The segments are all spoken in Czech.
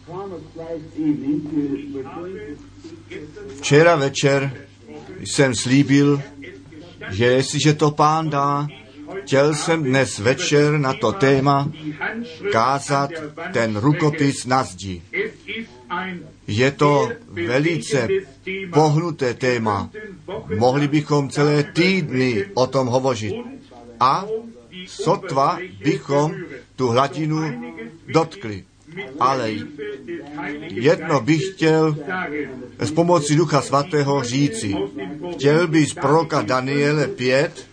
Včera večer jsem slíbil, že jestliže to Pán dá, chtěl jsem dnes večer na to téma kázat ten rukopis na zdi. Je to velice pohnuté téma. Mohli bychom celé týdny o tom hovořit. A sotva bychom tu hladinu dotkli. Ale jedno bych chtěl s pomocí Ducha Svatého říci. Chtěl bych z proroka Daniele 5,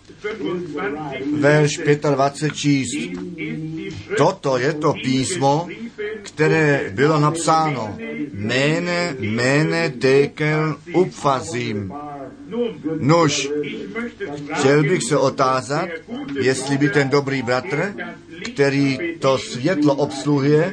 verš 25 číst. Toto je to písmo, které bylo napsáno Mene tekel upfazím. Nuž, chtěl bych se otázat, jestli by ten dobrý bratr, který to světlo obsluhuje,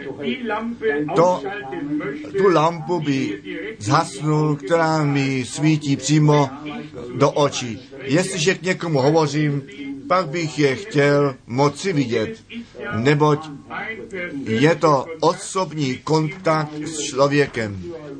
tu lampu by zhasnul, která mi svítí přímo do očí. Jestliže k někomu hovořím, pak bych je chtěl moci vidět, neboť je to osobní kontakt s člověkem.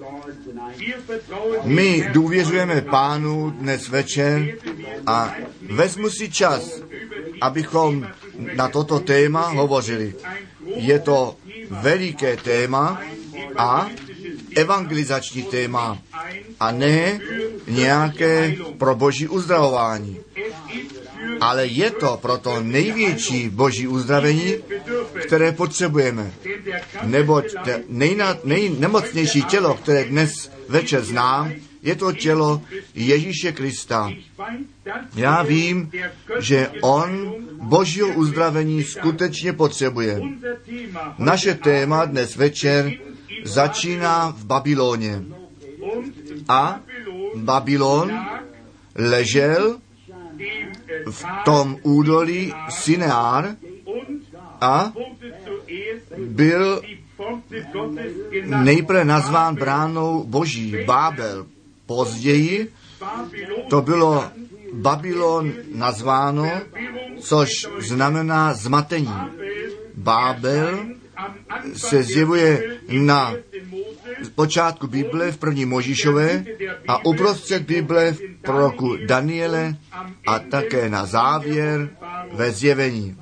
My důvěřujeme Pánu dnes večer a vezmu si čas, abychom na toto téma hovořili. Je to veliké téma a evangelizační téma a ne nějaké pro boží uzdravování. Ale je to proto největší boží uzdravení, které potřebujeme. Neboť nejnemocnější tělo, které dnes večer znám, je to tělo Ježíše Krista. Já vím, že on božího uzdravení skutečně potřebuje. Naše téma dnes večer začíná v Babyloně. A Babylon ležel v tom údolí Sinear a byl nejprve nazván bránou boží Bábel. Později to bylo Babylon nazváno, což znamená zmatení. Bábel se zjevuje na počátku Bible v první Mojžíšové a uprostřed Bible v proroku Daniele a také na závěr ve zjevení.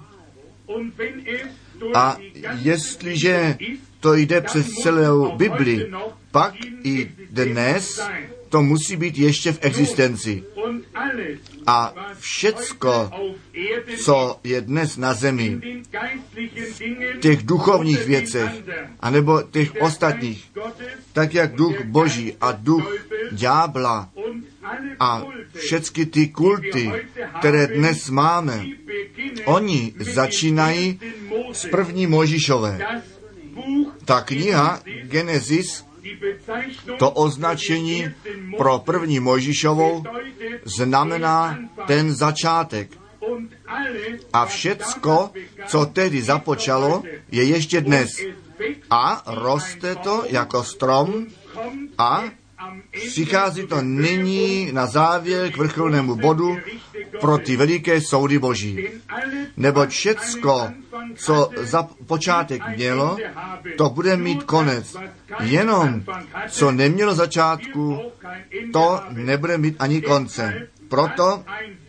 A jestliže to jde přes celou Bibli, pak i dnes to musí být ještě v existenci. A všecko, co je dnes na zemi, v těch duchovních věcech, anebo těch ostatních, tak jak duch Boží a duch ďábla a všechny ty kulty, které dnes máme, oni začínají z první Mojžíšové. Ta kniha Genesis, to označení pro první Mojžíšovou, znamená ten začátek. A všecko, co tedy započalo, je ještě dnes. A roste to jako strom a přichází to nyní na závěr k vrcholnému bodu pro ty veliké soudy Boží. Neboť všecko, co za počátek mělo, to bude mít konec. Jenom, co nemělo začátku, to nebude mít ani konce. Proto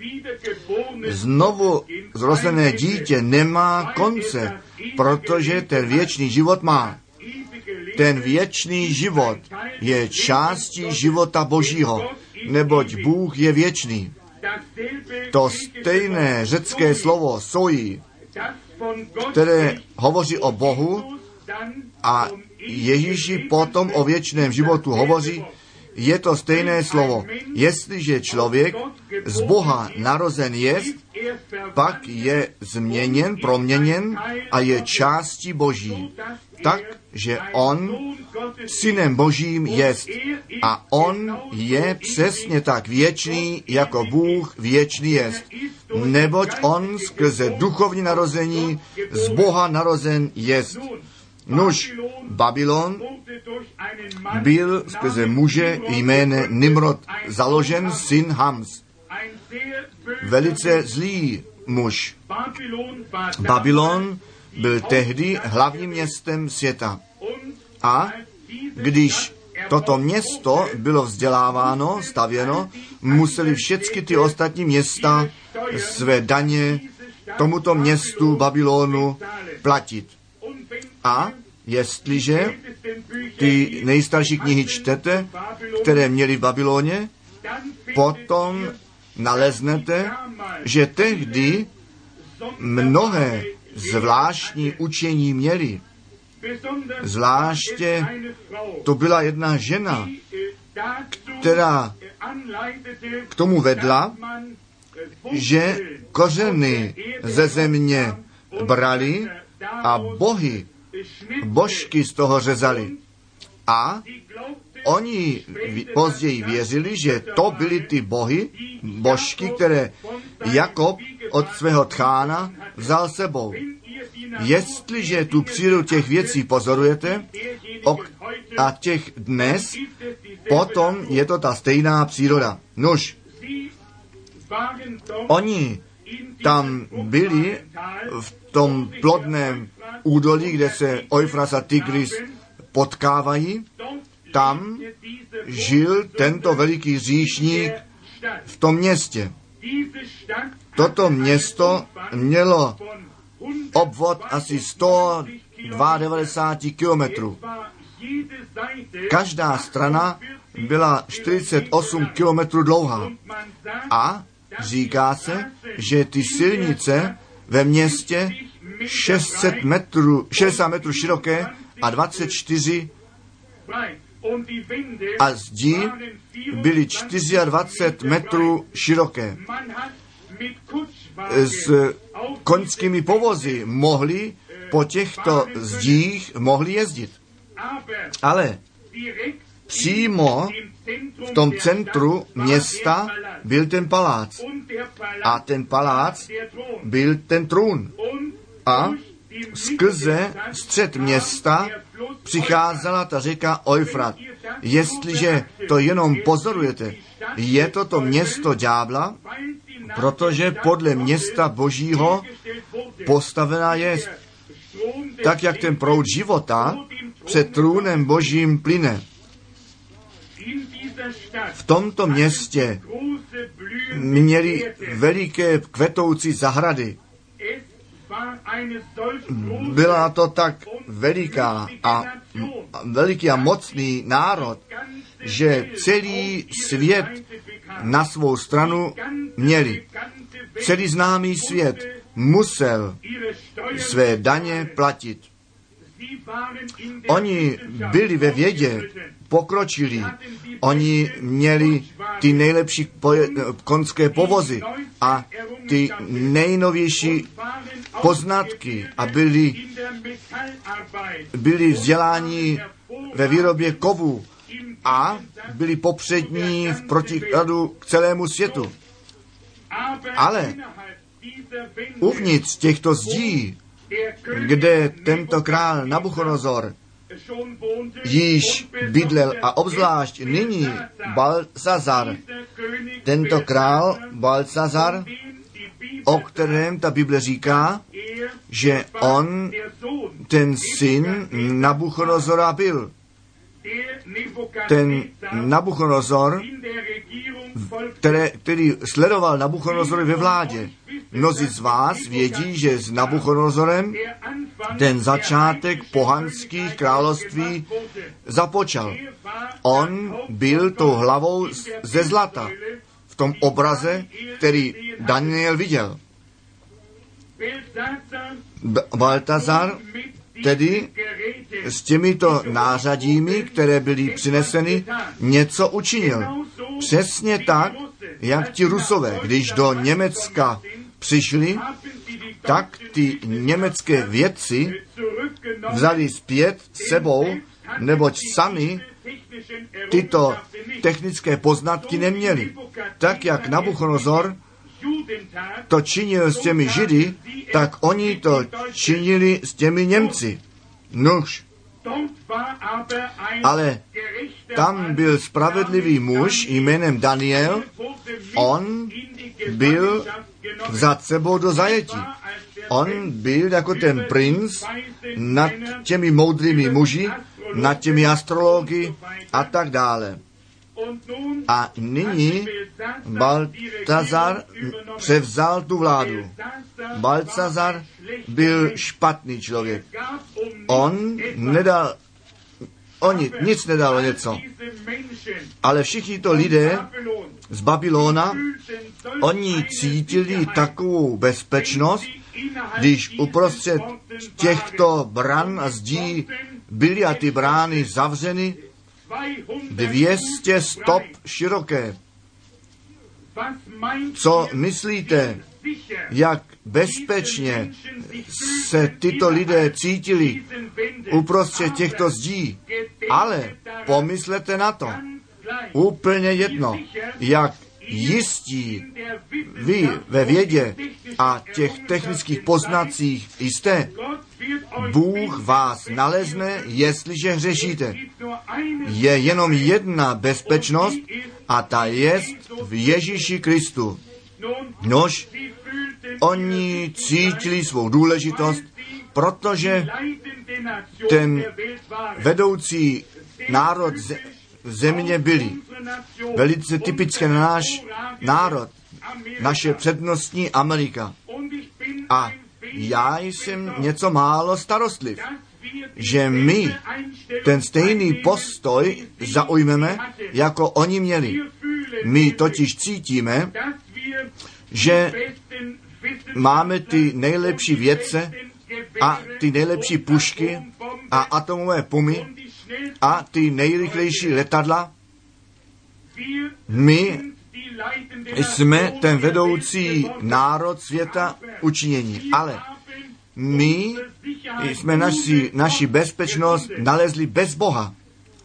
znovu zrozené dítě nemá konce, protože ten věčný život má. Ten věčný život je částí života Božího, neboť Bůh je věčný. To stejné řecké slovo soji, které hovoří o Bohu a Ježíši potom o věčném životu hovoří, je to stejné slovo. Jestliže člověk z Boha narozen jest, pak je změněn, proměněn a je částí Boží. Tak, že on synem Božím jest. A on je přesně tak věčný, jako Bůh věčný jest. Neboť on skrze duchovní narození z Boha narozen jest. Nuž, Babylon byl skrze muže jménem Nimrod založen, syn Hams. Velice zlý muž. Babylon byl tehdy hlavním městem světa. A když toto město bylo vzděláváno, stavěno, museli všechny ty ostatní města své daně tomuto městu Babylonu platit. A jestliže ty nejstarší knihy čtete, které měli v Babyloně, potom naleznete, že tehdy mnohé zvláštní učení měli. Zvláště to byla jedna žena, která k tomu vedla, že kořeny ze země brali a božky z toho řezali. A oni později věřili, že to byly ty božky, které Jakob od svého tchána vzal sebou. Jestliže tu přírodu těch věcí pozorujete a těch dnes, potom je to ta stejná příroda. Nuž, oni tam byli v tom plodném údolí, kde se Eufrat a Tigris potkávají, tam žil tento veliký říšník v tom městě. Toto město mělo obvod asi 192 kilometrů. Každá strana byla 48 kilometrů dlouhá. A říká se, že ty silnice ve městě 60 metrů široké a 24 a zdi byly 24 metrů široké. S koňskými povozy mohli po těchto zdích jezdit. Ale přímo v tom centru města byl ten palác. A ten palác byl ten trůn. A skrze střed města přicházela ta řeka Eufrat. Jestliže to jenom pozorujete, je to město ďábla, protože podle města Božího postavená je, tak jak ten proud života před trůnem Božím plyne. V tomto městě měli veliké kvetoucí zahrady. Byla to tak veliký a mocný národ, že celý svět na svou stranu měli. Celý známý svět musel své daně platit. Oni byli ve vědě pokročilí. Oni měli ty nejlepší konské povozy a ty nejnovější poznatky a byli vzděláni ve výrobě kovů a byli popřední v protikladu k celému světu. Ale uvnitř těchto zdí, kde tento král Nabuchodonozor již bydlel a obzvlášť nyní Balcazar, tento král Balcazar, o kterém ta Bible říká, že on ten syn Nabuchodonozora byl. Ten Nabuchodonozor, který sledoval Nabuchodonozorovi ve vládě. Mnozí z vás vědí, že s Nabuchodonozorem ten začátek pohanských království započal. On byl tou hlavou ze zlata v tom obraze, který Daniel viděl. Baltazar tedy s těmito nářadími, které byly přineseny, něco učinil. Přesně tak, jak ti Rusové, když do Německa přišli, tak ty německé vědci vzali zpět sebou, neboť sami tyto technické poznatky neměli. Tak, jak Nabuchodonozor to činil s těmi Židy, tak oni to činili s těmi Němci. Nuž. Ale tam byl spravedlivý muž jménem Daniel, on byl vzat sebou do zajetí. On byl jako ten princ nad těmi moudrými muži nad těmi astrology a tak dále. A nyní Baltazar převzal tu vládu. Baltazar byl špatný člověk. On nic nedal o něco. Ale všichni to lidé z Babylona, oni cítili takovou bezpečnost, když uprostřed těchto bran a zdí byly a ty brány zavřeny 200 stop široké. Co myslíte, jak bezpečně se tyto lidé cítili uprostřed těchto zdí? Ale pomyslete na to. Úplně jedno, jak jistí vy ve vědě a těch technických poznacích jste, Bůh vás nalezne, jestliže hřešíte. Je jenom jedna bezpečnost a ta je v Ježíši Kristu. Nož, oni cítili svou důležitost, protože ten vedoucí národ země byli velice typické na náš národ, naše přednostní Amerika. A já jsem něco málo starostliv, že my ten stejný postoj zaujmeme, jako oni měli. My totiž cítíme, že máme ty nejlepší vědce a ty nejlepší pušky a atomové pumy a ty nejrychlejší letadla. My jsme ten vedoucí národ světa učinění, ale my jsme naši bezpečnost nalezli bez Boha.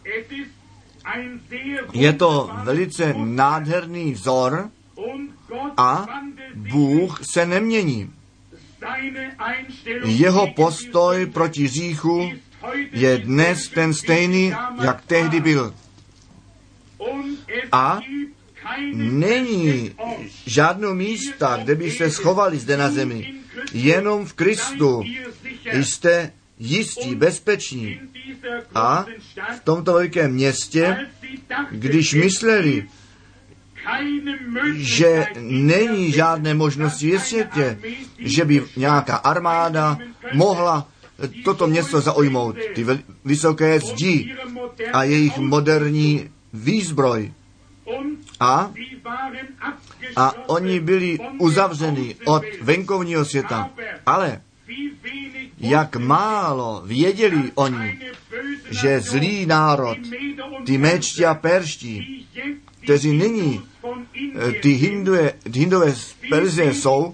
Je to velice nádherný vzor a Bůh se nemění. Jeho postoj proti hříchu je dnes ten stejný, jak tehdy byl. A není žádného místa, kde by se schovali zde na zemi. Jenom v Kristu jste jistí, bezpeční. A v tomto velkém městě, když mysleli, že není žádné možnosti ve světě, že by nějaká armáda mohla toto město zaujmout, ty vysoké zdi a jejich moderní výzbroj. A oni byli uzavřeni od venkovního světa. Ale jak málo věděli oni, že zlý národ, ty Méčti a Perští, kteří nyní, ty Hindové z Perzie jsou,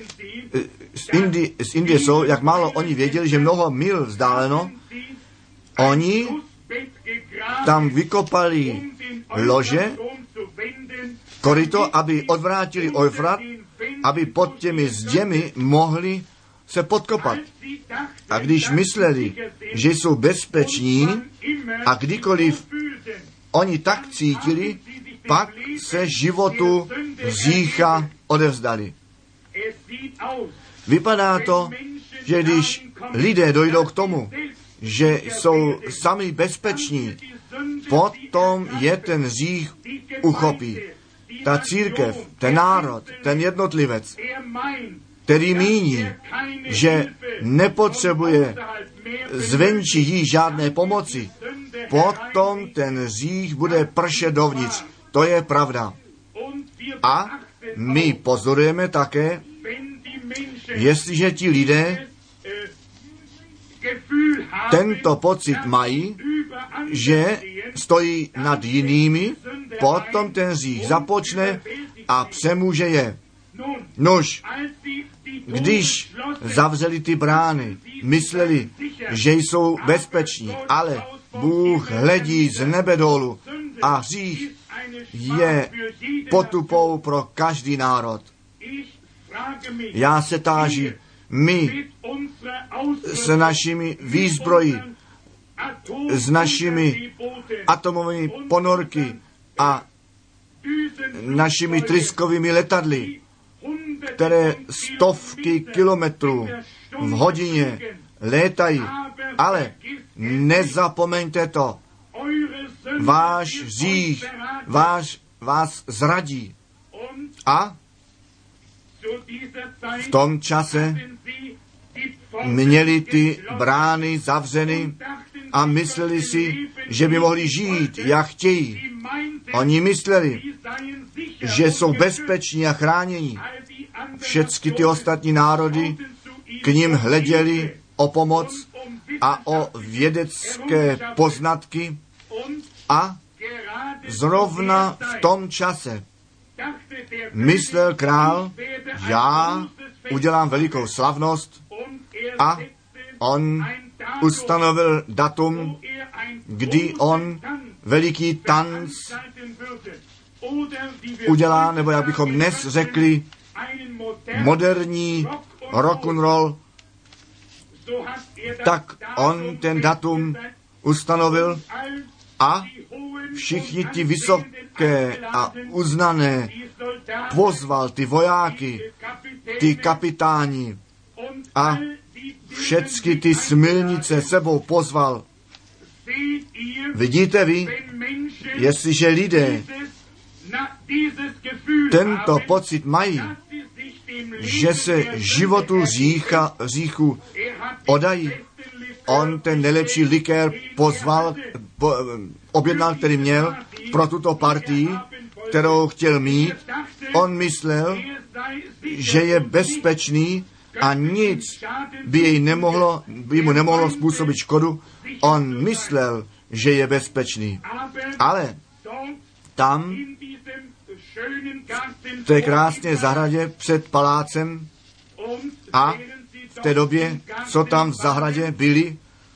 z Indie jsou, jak málo oni věděli, že mnoho mil vzdáleno, oni tam vykopali lože, koryto, aby odvrátili Eufrat, aby pod těmi zděmi mohli se podkopat. A když mysleli, že jsou bezpeční a kdykoliv oni tak cítili, pak se životu hřícha odevzdali. Vypadá to, že když lidé dojdou k tomu, že jsou sami bezpeční, potom je ten hřích uchopí. Ta církev, ten národ, ten jednotlivec, který míní, že nepotřebuje zvenčí jí žádné pomoci, potom ten hřích bude pršet dovnitř. To je pravda. A my pozorujeme také, jestliže ti lidé tento pocit mají, že stojí nad jinými, potom ten hřích započne a přemůže je. Nož, když zavřeli ty brány, mysleli, že jsou bezpeční, ale Bůh hledí z nebe dolů a hřích je potupou pro každý národ. Já se táži, my s našimi výzbroji, s našimi atomovými ponorky a našimi tryskovými letadly, které stovky kilometrů v hodině létají, ale nezapomeňte to. Váš hřích vás zradí. A v tom čase měli ty brány zavřeny a mysleli si, že by mohli žít, jak chtějí. Oni mysleli, že jsou bezpeční a chránění. Všechny ty ostatní národy k nim hleděli o pomoc a o vědecké poznatky a zrovna v tom čase myslel král, já udělám velikou slavnost a on ustanovil datum, kdy on veliký tanc udělá, nebo jak bychom dnes řekli, moderní rock'n'roll, tak on ten datum ustanovil a všichni ti vysoké a uznané pozval ty vojáky, ty kapitáni a všechny ty smilnice sebou pozval. Vidíte vy, jestliže lidé tento pocit mají, že se životu říchu odají, on ten nejlepší likér objednal, který měl pro tuto partii, kterou chtěl mít. On myslel, že je bezpečný a nic by mu nemohlo způsobit škodu. On myslel, že je bezpečný. Ale tam, v té krásné zahradě před palácem a v té době, co tam v zahradě byli,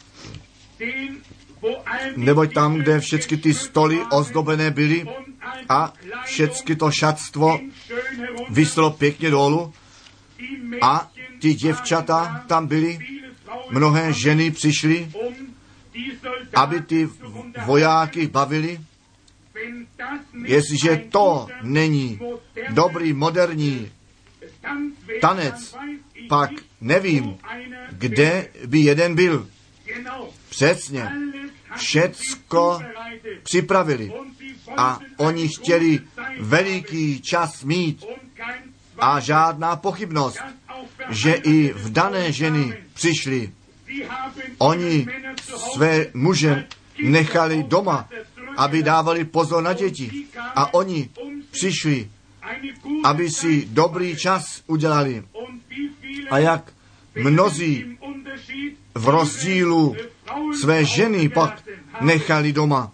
neboť tam, kde všechny ty stoly ozdobené byly a všechny to šatstvo vislo pěkně dolů a ty děvčata tam byly, mnohé ženy přišly, aby ty vojáky bavili. Jestliže to není dobrý, moderní tanec, pak nevím, kde by jeden byl. Přesně. Všecko připravili. A oni chtěli veliký čas mít. A žádná pochybnost, že i v dané ženy přišli. Oni své muže nechali doma, aby dávali pozor na děti. A oni přišli, aby si dobrý čas udělali. A jak mnozí v rozdílu své ženy pak nechali doma.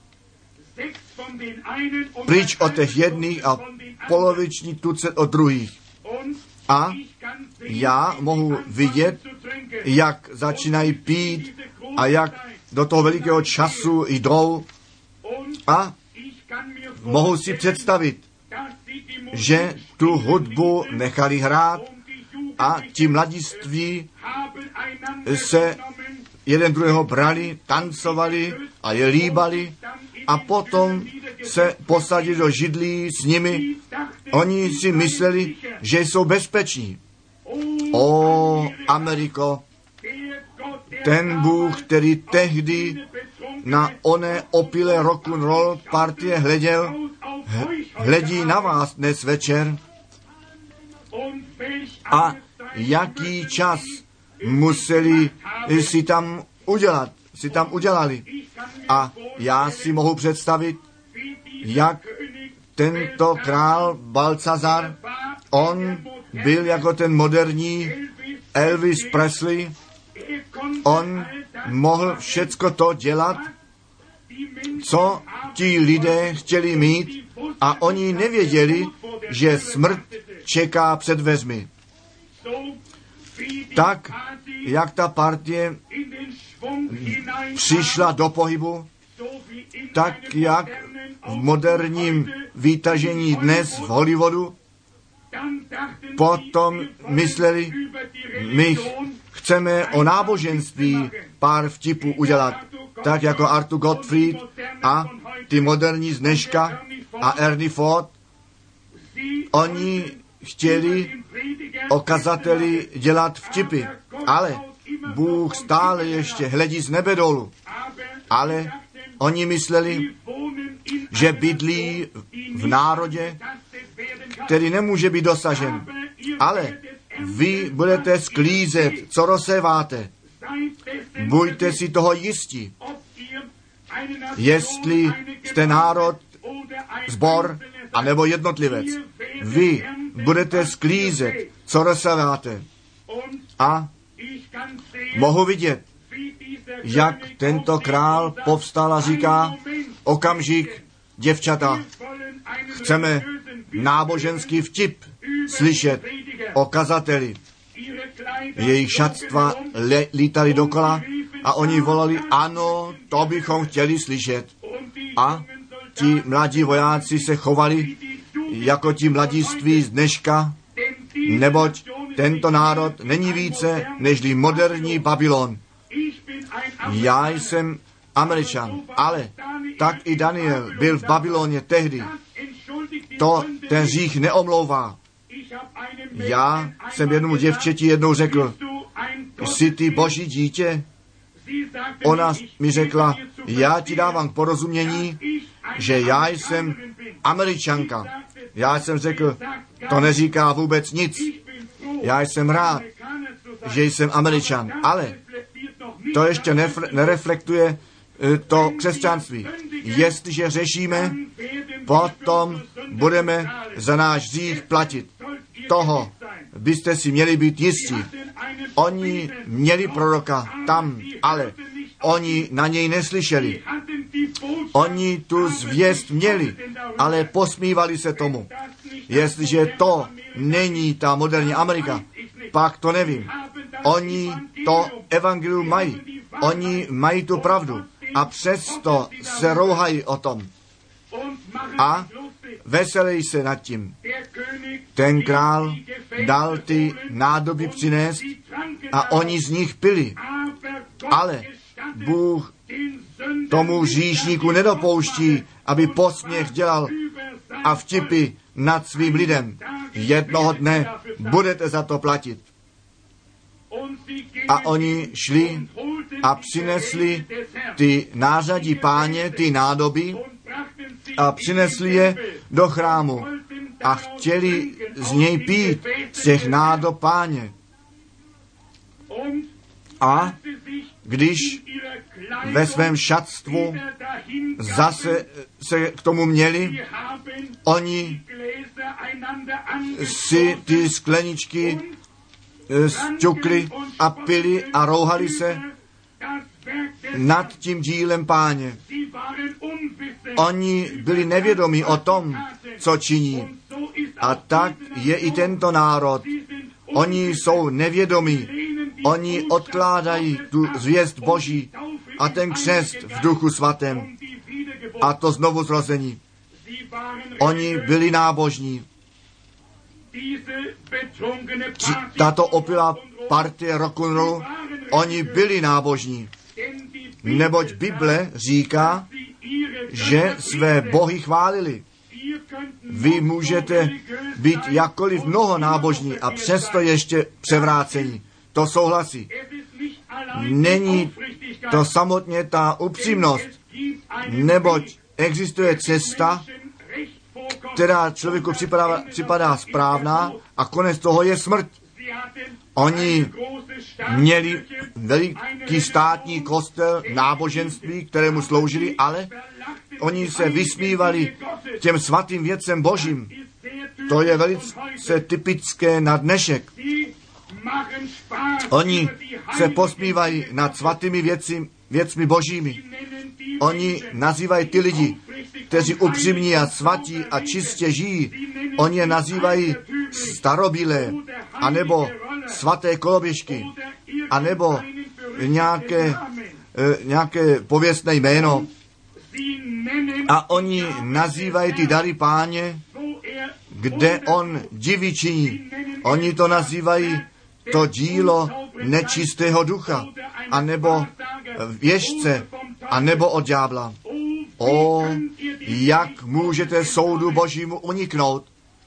Pryč od těch jedných a poloviční tucet od druhých. A já mohu vidět, jak začínají pít a jak do toho velikého času jdou a mohu si představit, že tu hudbu nechali hrát a ti mladiství se jeden druhého brali, tancovali a je líbali a potom se posadili do židlí s nimi. Oni si mysleli, že jsou bezpeční. O, Ameriko, ten Bůh, který tehdy na oné opilé rock'n'roll partie hleděl, hledí na vás dnes večer. A jaký čas museli si tam udělali. A já si mohu představit, jak tento král Balcazar, on byl jako ten moderní Elvis Presley, on mohl všecko to dělat, co ti lidé chtěli mít a oni nevěděli, že smrt čeká před dveřmi. Tak, jak ta partie přišla do pohybu, tak jak v moderním výtažení dnes v Hollywoodu, potom mysleli, my chceme o náboženství pár vtipů udělat, tak jako Arthur Gottfried a ty moderní z dneška a Ernie Ford. Oni chtěli o kazateli dělat vtipy, ale Bůh stále ještě hledí z nebe dolů ale oni mysleli, že bydlí v národě, který nemůže být dosažen. Ale vy budete sklízet, co rozséváte. Buďte si toho jistí. Jestli jste národ, sbor, anebo jednotlivec. Vy budete sklízet, co rozséváte. A mohu vidět, jak tento král povstal a říká, okamžik, děvčata, chceme náboženský vtip slyšet o kazateli. Jejich šatstva lítali dokola a oni volali, ano, to bychom chtěli slyšet. A ti mladí vojáci se chovali jako ti mladiství z dneška, neboť tento národ není více nežli moderní Babylon. Já jsem Američan, ale tak i Daniel byl v Babyloně tehdy. To ten hřích neomlouvá. Já jsem jednomu děvčeti jednou řekl, jsi ty boží dítě? Ona mi řekla, já ti dávám k porozumění, že já jsem Američanka. Já jsem řekl, to neříká vůbec nic. Já jsem rád, že jsem Američan, ale to ještě nereflektuje to křesťanství. Jestliže řešíme, potom budeme za náš hřích platit. Toho byste si měli být jistí. Oni měli proroka tam, ale oni na něj neslyšeli. Oni tu zvěst měli, ale posmívali se tomu. Jestliže to není ta moderní Amerika, pak to nevím. Oni to evangelium mají. Oni mají tu pravdu. A přesto se rouhají o tom. A veselej se nad tím. Ten král dal ty nádoby přinést a oni z nich pili. Ale Bůh tomu hříšníku nedopouští, aby posměch dělal a vtipy nad svým lidem. Jednoho dne budete za to platit. A oni šli a přinesli ty nářadí páně, ty nádoby a přinesli je do chrámu a chtěli z něj pít, z těch nádob páně. A když ve svém šatstvu zase se k tomu měli, oni si ty skleničky sťukli a pili a rouhali se nad tím dílem páně. Oni byli nevědomí o tom, co činí. A tak je i tento národ. Oni jsou nevědomí. Oni odkládají tu zvěst Boží a ten křest v Duchu Svatém a to znovu zrození. Oni byli nábožní. Tato opilá partie rock'n'rollu, oni byli nábožní. Neboť Bible říká, že své bohy chválili. Vy můžete být jakkoliv mnoho nábožní a přesto ještě převrácení. To souhlasí. Není to samotně ta upřímnost, neboť existuje cesta, která člověku připadá správná a konec toho je smrt. Oni měli veliký státní kostel, náboženství, kterému sloužili, ale oni se vysmívali těm svatým věcem Božím. To je velice typické na dnešek. Oni se posmívají nad svatými věcmi Božími. Oni nazývají ty lidi, kteří upřímní a svatí a čistě žijí, oni je nazývají starobylé, anebo svaté koloběžky, anebo nějaké pověstné jméno. A oni nazývají ty dary páně, kde on divy činí. Oni to nazývají to dílo nečistého ducha, anebo věštce, anebo od ďábla. O, jak můžete soudu Božímu uniknout?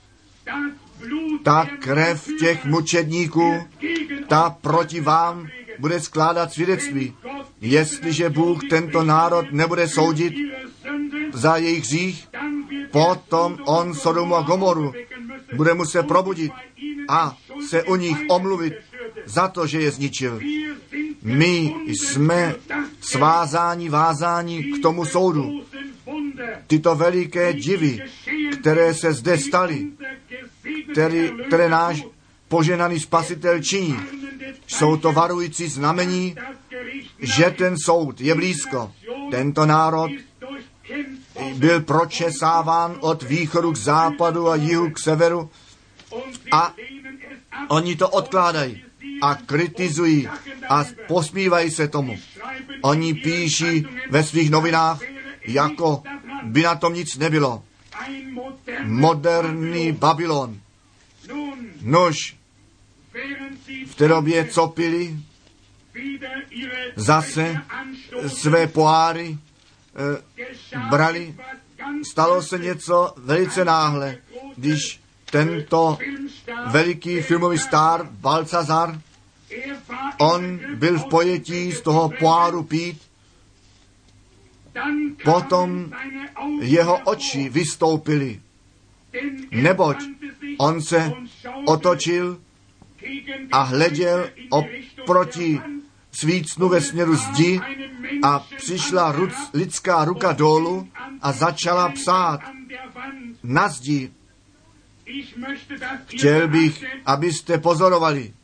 Ta krev těch mučedníků, ta proti vám bude skládat svědectví. Jestliže Bůh tento národ nebude soudit za jejich hřích, potom on Sodomu a Gomoru bude muset probudit a se u nich omluvit za to, že je zničil. My jsme vázáni k tomu soudu. Tyto veliké divy, které se zde staly, které náš poženaný Spasitel činí, jsou to varující znamení, že ten soud je blízko. Tento národ byl pročesáván od východu k západu a jihu k severu a oni to odkládají a kritizují a posmívají se tomu. Oni píší ve svých novinách, jako by na tom nic nebylo. Moderní Babylon. Nož, v té době co pili, zase své poháry brali. Stalo se něco velice náhle, když tento veliký filmový star Balcazar, on byl v pojetí z toho poháru pít, potom jeho oči vystoupily, neboť on se otočil a hleděl oproti svícnu ve směru zdi a přišla lidská ruka dolů a začala psát na zdi. Chtěl bych, abyste pozorovali.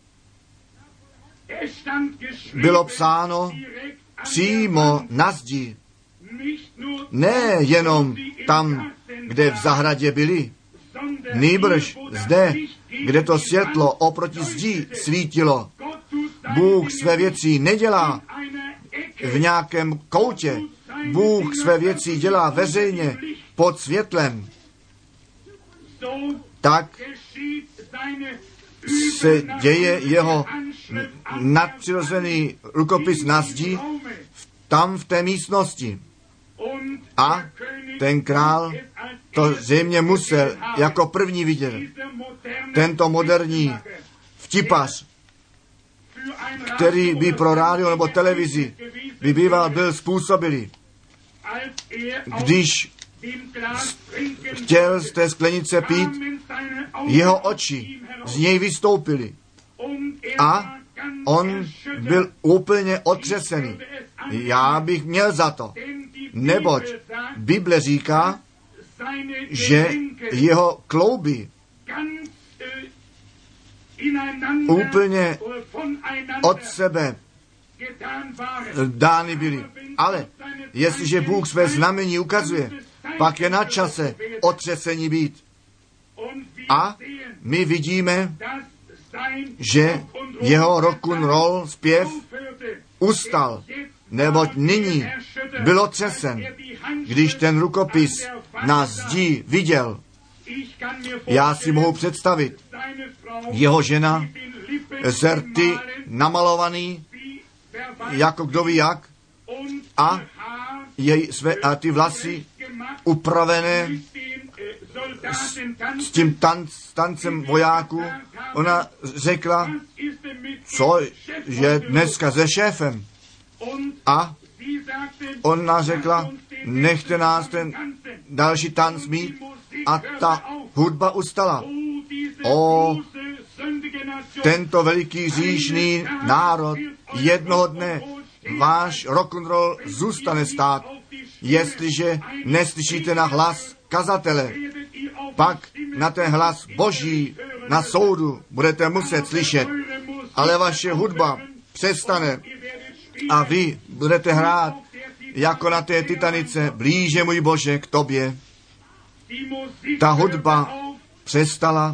Bylo psáno přímo na zdi. Ne jenom tam, kde v zahradě byli, nýbrž zde, kde to světlo oproti zdi svítilo. Bůh své věci nedělá v nějakém koutě. Bůh své věci dělá veřejně pod světlem. Tak se děje jeho nadpřirozený rukopis na zdi tam v té místnosti. A ten král to zřejmě musel jako první vidět. Tento moderní vtipař, který by pro rádio nebo televizi by býval byl způsobilý, když chtěl z té sklenice pít, jeho oči z něj vystoupily a on byl úplně otřesený. Já bych měl za to, neboť Bible říká, že jeho klouby úplně od sebe dány byly. Ale jestliže Bůh své znamení ukazuje, pak je na čase otřesení být. A my vidíme, že jeho rock'n'roll zpěv ustal, neboť nyní byl otřesen, když ten rukopis na zdi viděl. Já si mohu představit, jeho žena se rty namalovaný, jako kdo ví jak, a ty vlasy upravené s tím tancem vojáků. Ona řekla, co je dneska se šéfem. A ona řekla, nechte nás ten další tanc mít. A ta hudba ustala. O, tento veliký hříšný národ, jednoho dne váš rock'n'roll zůstane stát. Jestliže neslyšíte na hlas kazatele, pak na ten hlas Boží na soudu budete muset slyšet. Ale vaše hudba přestane a vy budete hrát jako na té Titanice, blíže můj Bože k tobě. Ta hudba přestala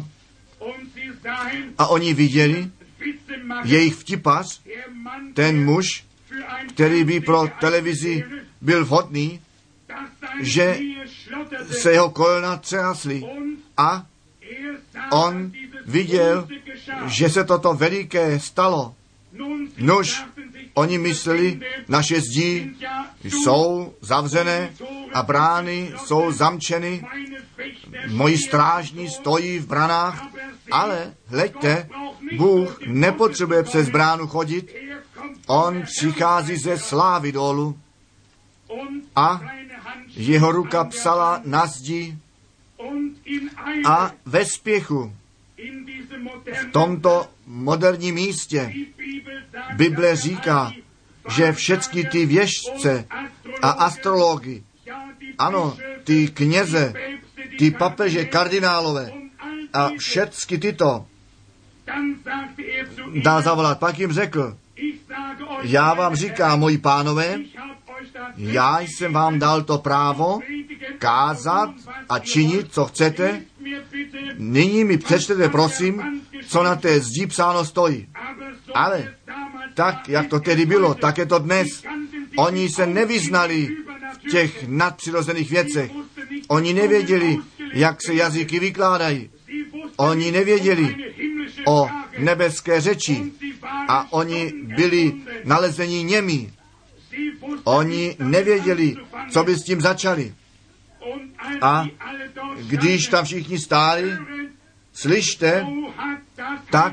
a oni viděli, jejich vtipař, ten muž, který by pro televizi byl vhodný, že se jeho kolena třásly a on viděl, že se toto veliké stalo. Nož, oni mysleli, naše zdi jsou zavřené a brány jsou zamčeny, moji strážní stojí v branách, ale hleďte, Bůh nepotřebuje přes bránu chodit, On přichází ze slávy dolů a jeho ruka psala na zdi a ve spěchu v tomto moderním místě Bible říká, že všechny ty věštce a astrology, ano, ty kněze, ty papeže, kardinálové a všechny tyto dá zavolat. Pak jim řekl, já vám říkám, moji pánové, já jsem vám dal to právo kázat a činit, co chcete. Nyní mi přečtete, prosím, co na té zdi psáno stojí. Ale tak, jak to tedy bylo, tak je to dnes. Oni se nevyznali v těch nadpřirozených věcech. Oni nevěděli, jak se jazyky vykládají. Oni nevěděli o nebeské řeči a oni byli nalezení němí. Oni nevěděli, co by s tím začali. A když tam všichni stáli, slyšte, tak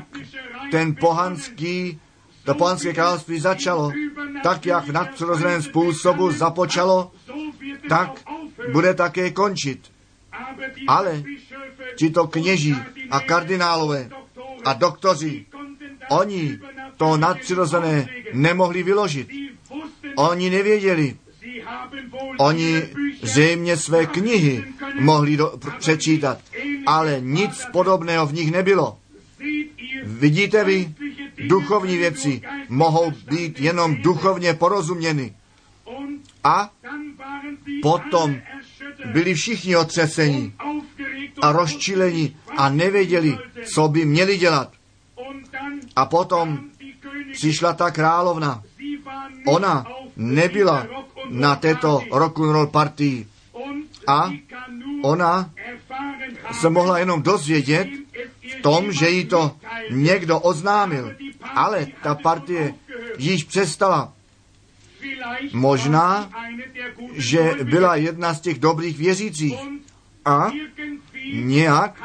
to pohanské království začalo. Tak, jak v nadpřirozeném způsobu započalo, tak bude také končit. Ale tito kněží a kardinálové a doktoři, oni to nadpřirozené nemohli vyložit. Oni nevěděli. Oni zřejmě své knihy mohli přečítat, ale nic podobného v nich nebylo. Vidíte vy, duchovní věci mohou být jenom duchovně porozuměny. A potom byli všichni otřeseni a rozčileni a nevěděli, co by měli dělat. A potom přišla ta královna. Ona nebyla na této rock'n'roll partii a ona se mohla jenom dozvědět v tom, že jí to někdo oznámil. Ale ta partie již přestala. Možná, že byla jedna z těch dobrých věřících a nějak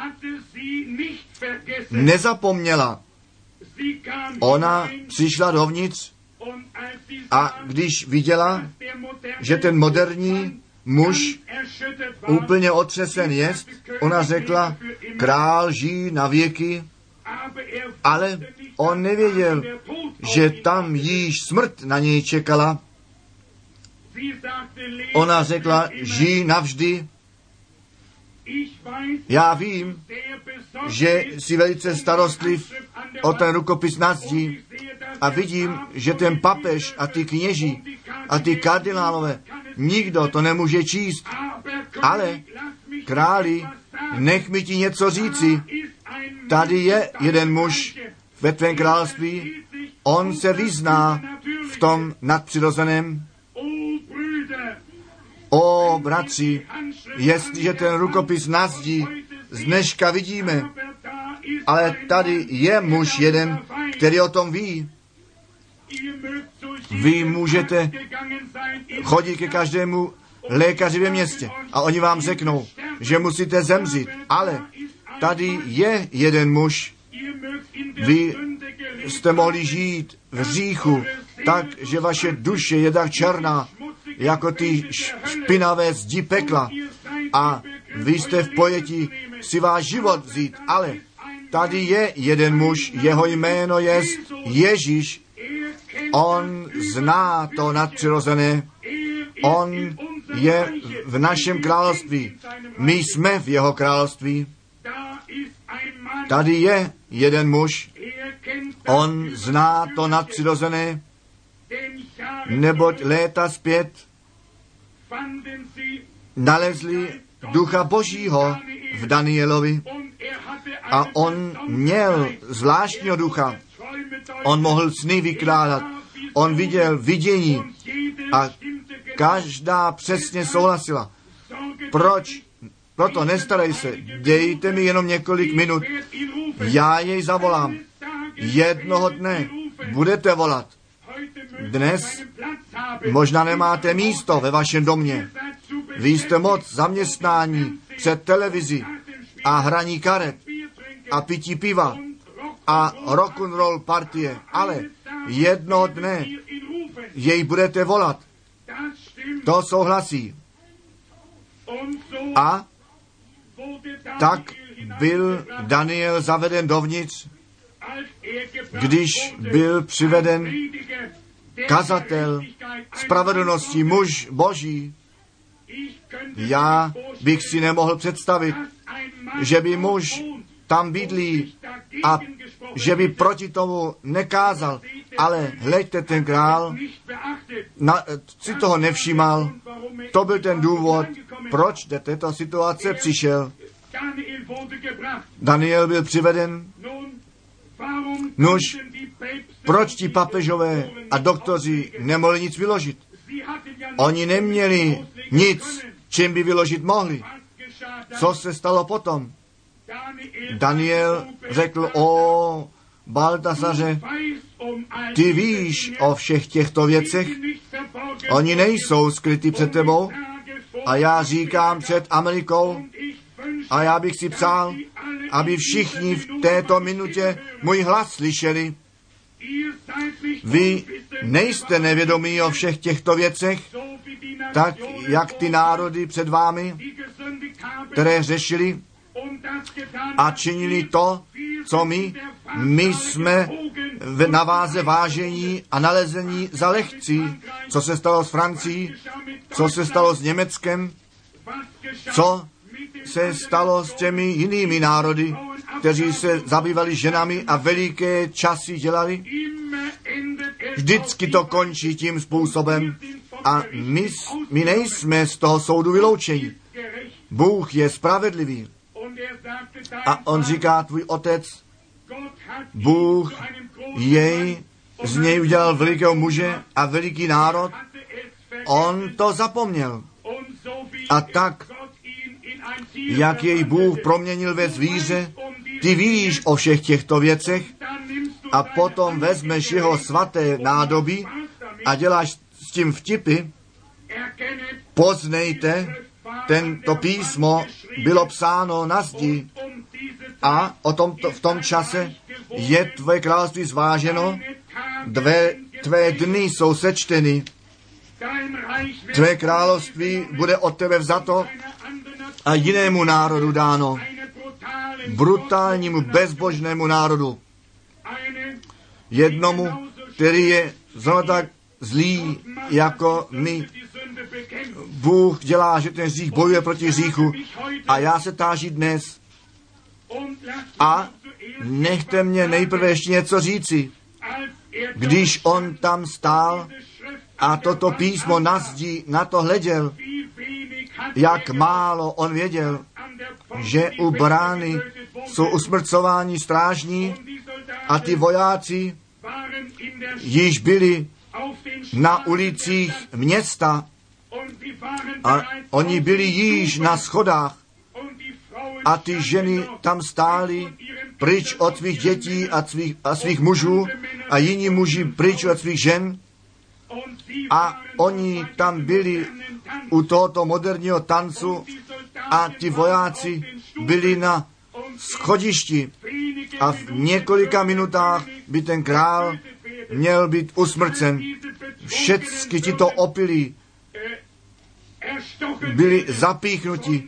nezapomněla. Ona přišla dovnitř a když viděla, že ten moderní muž úplně otřesen jest, ona řekla, král žijí na věky, ale on nevěděl, že tam již smrt na něj čekala. Ona řekla, žij navždy. Já vím, že jsi velice starostliv o ten rukopis na zdi a vidím, že ten papež a ty kněží a ty kardinálové, nikdo to nemůže číst, ale králi, nech mi ti něco říci. Tady je jeden muž ve tvém království, on se vyzná v tom nadpřirozeném. O, bratři, jestliže ten rukopis na zdi z dneška vidíme, ale tady je muž jeden, který o tom ví. Vy můžete chodit ke každému lékaři ve městě a oni vám řeknou, že musíte zemřít, ale tady je jeden muž. Vy jste mohli žít v hříchu tak, že vaše duše je tak černá, jako ty špinavé zdi pekla a vy jste v pojetí si váš život vzít, ale tady je jeden muž, jeho jméno je Ježíš, on zná to nadpřirozené, on je v našem království, my jsme v jeho království. Tady je jeden muž, on zná to nadpřirozené, neboť léta zpět nalezli ducha Božího v Danielovi a on měl zvláštního ducha. On mohl sny vykládat, on viděl vidění a každá přesně souhlasila. Proč? Proto nestarej se, dejte mi jenom několik minut, já jej zavolám. Jednoho dne budete volat. Dnes možná nemáte místo ve vašem domě. Vy jste moc zaměstnání před televizi a hraní karet a pití piva a rock'n'roll partie, ale jednoho dne jej budete volat. To souhlasí. A tak byl Daniel zaveden dovnitř, když byl přiveden kazatel spravedlnosti, muž Boží. Já bych si nemohl představit, že by muž tam bydlí a že by proti tomu nekázal. Ale hleďte, ten král si toho nevšímal. To byl ten důvod, proč do této situace přišel. Daniel byl přiveden. Nuž, proč ti papežové a doktoři nemohli nic vyložit? Oni neměli nic, čím by vyložit mohli. Co se stalo potom? Daniel řekl, o Baltasaře, ty víš o všech těchto věcech, oni nejsou skrytí před tebou a já říkám před Amerikou a já bych si přál, aby všichni v této minutě můj hlas slyšeli. Vy nejste nevědomí o všech těchto věcech, tak jak ty národy před vámi, které řešili a činili to, co my jsme na váze vážení a nalezení za lehcí. Co se stalo s Francií, co se stalo s Německem, co se stalo s těmi jinými národy, kteří se zabývali ženami a veliké časy dělali. Vždycky to končí tím způsobem a my nejsme z toho soudu vyloučeni. Bůh je spravedlivý. A on říká, tvůj otec, Bůh z něj udělal velikého muže a veliký národ. On to zapomněl. A tak, jak jej Bůh proměnil ve zvíře, ty víš o všech těchto věcech a potom vezmeš jeho svaté nádobí a děláš s tím vtipy. Poznejte, tento písmo bylo psáno na zdi a v tom čase je tvoje království zváženo, tvé dny jsou sečteny, tvé království bude od tebe vzato a jinému národu dáno, brutálnímu, bezbožnému národu, jednomu, který je zrovna tak zlý jako my. Bůh dělá, že ten hřích bojuje proti hříchu a já se táží dnes a nechte mě nejprve ještě něco říci. Když on tam stál a toto písmo na zdi na to hleděl, jak málo on věděl, že u brány jsou usmrcováni strážní a ty vojáci již byli na ulicích města a oni byli již na schodách a ty ženy tam stály pryč od svých dětí a svých mužů a jiní muži pryč od svých žen a oni tam byli u tohoto moderního tancu a ty vojáci byli na schodišti a v několika minutách by ten král měl být usmrcen. Všecky tito opilí byli zapíchnuti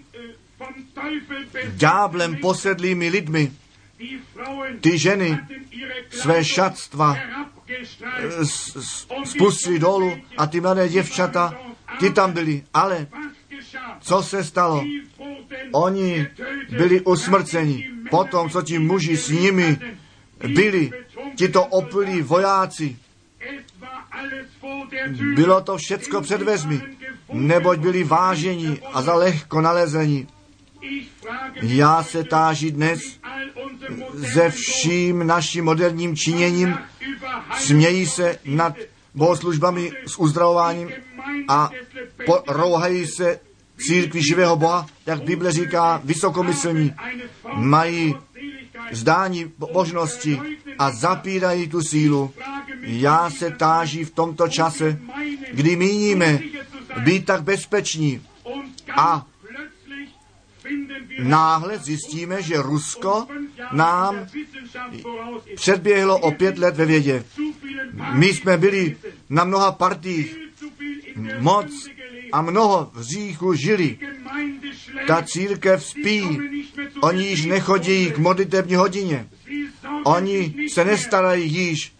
ďáblem posedlými lidmi. Ty ženy své šatstva spustili dolů a ty mladé děvčata, ty tam byli. Ale co se stalo? Oni byli usmrceni. Potom, co ti muži s nimi byli, tito opilí vojáci, bylo to všecko před dveřmi, neboť byli vážení a za lehko nalezení. Já se táží dnes se vším naším moderním činěním, smějí se nad bohoslužbami s uzdravováním a rouhají se církvi živého Boha, jak Bible říká, vysokomyslní, mají zdání božnosti a zapírají tu sílu. Já se táží v tomto čase, kdy míníme být tak bezpeční a náhle zjistíme, že Rusko nám předběhlo o 5 let ve vědě. My jsme byli na mnoha partiích, moc a mnoho v hříchu žili. Ta církev spí, oni již nechodí k modlitební hodině, oni se nestarají již.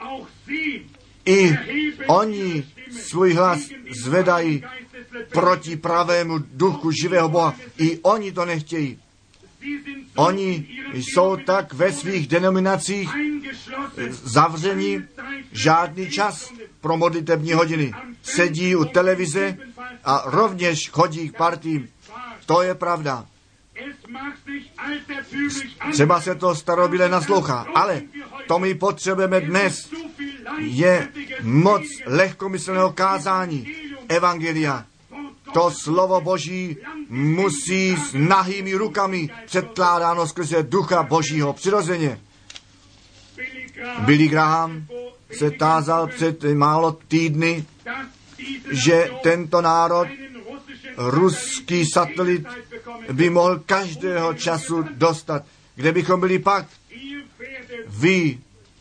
I oni svůj hlas zvedají proti pravému duchu živého Boha. I oni to nechtějí. Oni jsou tak ve svých denominacích zavření, žádný čas pro modlitební hodiny. Sedí u televize a rovněž chodí k partím. To je pravda. Třeba se to starobyle naslouchá, ale to my potřebujeme dnes. Je moc lehkomyslného kázání evangelia. To slovo Boží musí s nahými rukami předkládáno skrze ducha Božího přirozeně. Billy Graham se tázal před málo týdny, že tento národ, ruský satelit, by mohl každého času dostat. Kde bychom byli pak? Vy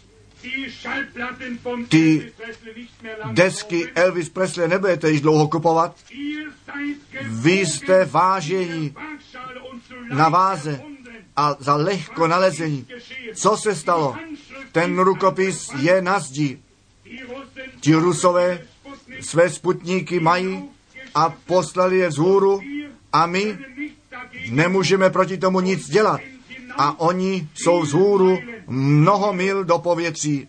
ty desky Elvis Presley nebudete již dlouho kupovat. Vy jste vážení na váze a za lehko nalezení. Co se stalo? Ten rukopis je na zdi. Ti Rusové své sputníky mají a poslali je vzhůru a my nemůžeme proti tomu nic dělat. A oni jsou vzhůru mnoho mil do povětří.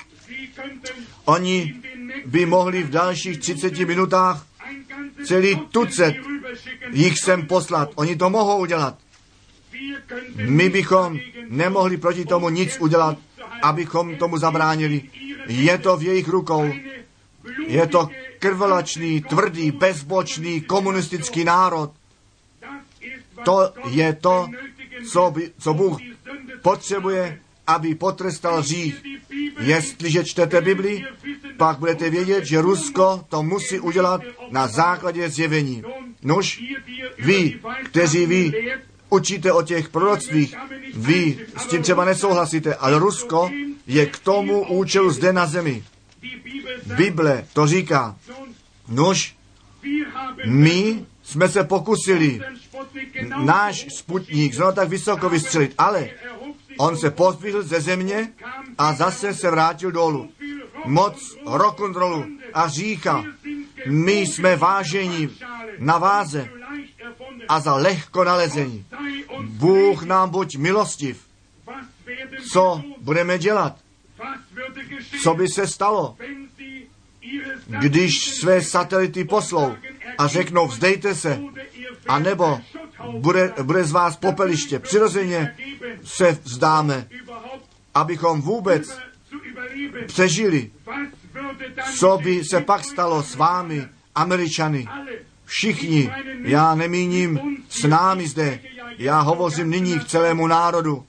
Oni by mohli v dalších 30 minutách celý tucet jich sem poslat. Oni to mohou udělat. My bychom nemohli proti tomu nic udělat, abychom tomu zabránili. Je to v jejich rukou. Je to krvelačný, tvrdý, bezbočný, komunistický národ. To je to, co Bůh potřebuje, aby potrestal hřích. Jestliže čtete Bibli, pak budete vědět, že Rusko to musí udělat na základě zjevení. Nož, vy, kteří vy učíte o těch proroctvích, vy s tím třeba nesouhlasíte, ale Rusko je k tomu účelu zde na zemi. Bible to říká. Nož, my jsme se pokusili náš sputník zrovna tak vysoko vystřelit, ale on se pozdvihl ze země a zase se vrátil dolů. Moc rock'n'rollu a řícha. My jsme vážení na váze a za lehko nalezení. Bůh nám buď milostiv. Co budeme dělat? Co by se stalo, když své satelity poslou a řeknou vzdejte se, anebo bude z vás popeliště. Přirozeně se vzdáme, abychom vůbec přežili. Co by se pak stalo s vámi, Američany? Všichni, já nemíním s námi zde, já hovořím nyní k celému národu.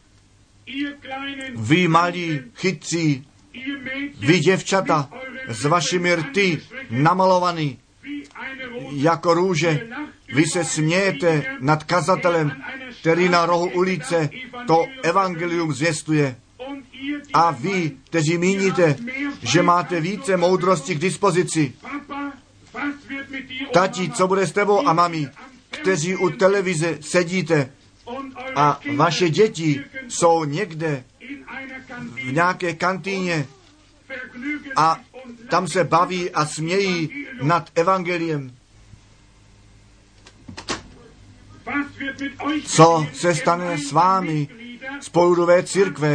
Vy malí, chytří, vy děvčata s vašimi rty namalovaný jako růže, vy se smějete nad kazatelem, který na rohu ulice to evangelium zvěstuje. A vy, kteří míníte, že máte více moudrosti k dispozici, tati, co bude s tebou a mami, kteří u televize sedíte a vaše děti jsou někde v nějaké kantýně a tam se baví a smějí nad evangeliem. Co se stane s vámi, spoludové církve?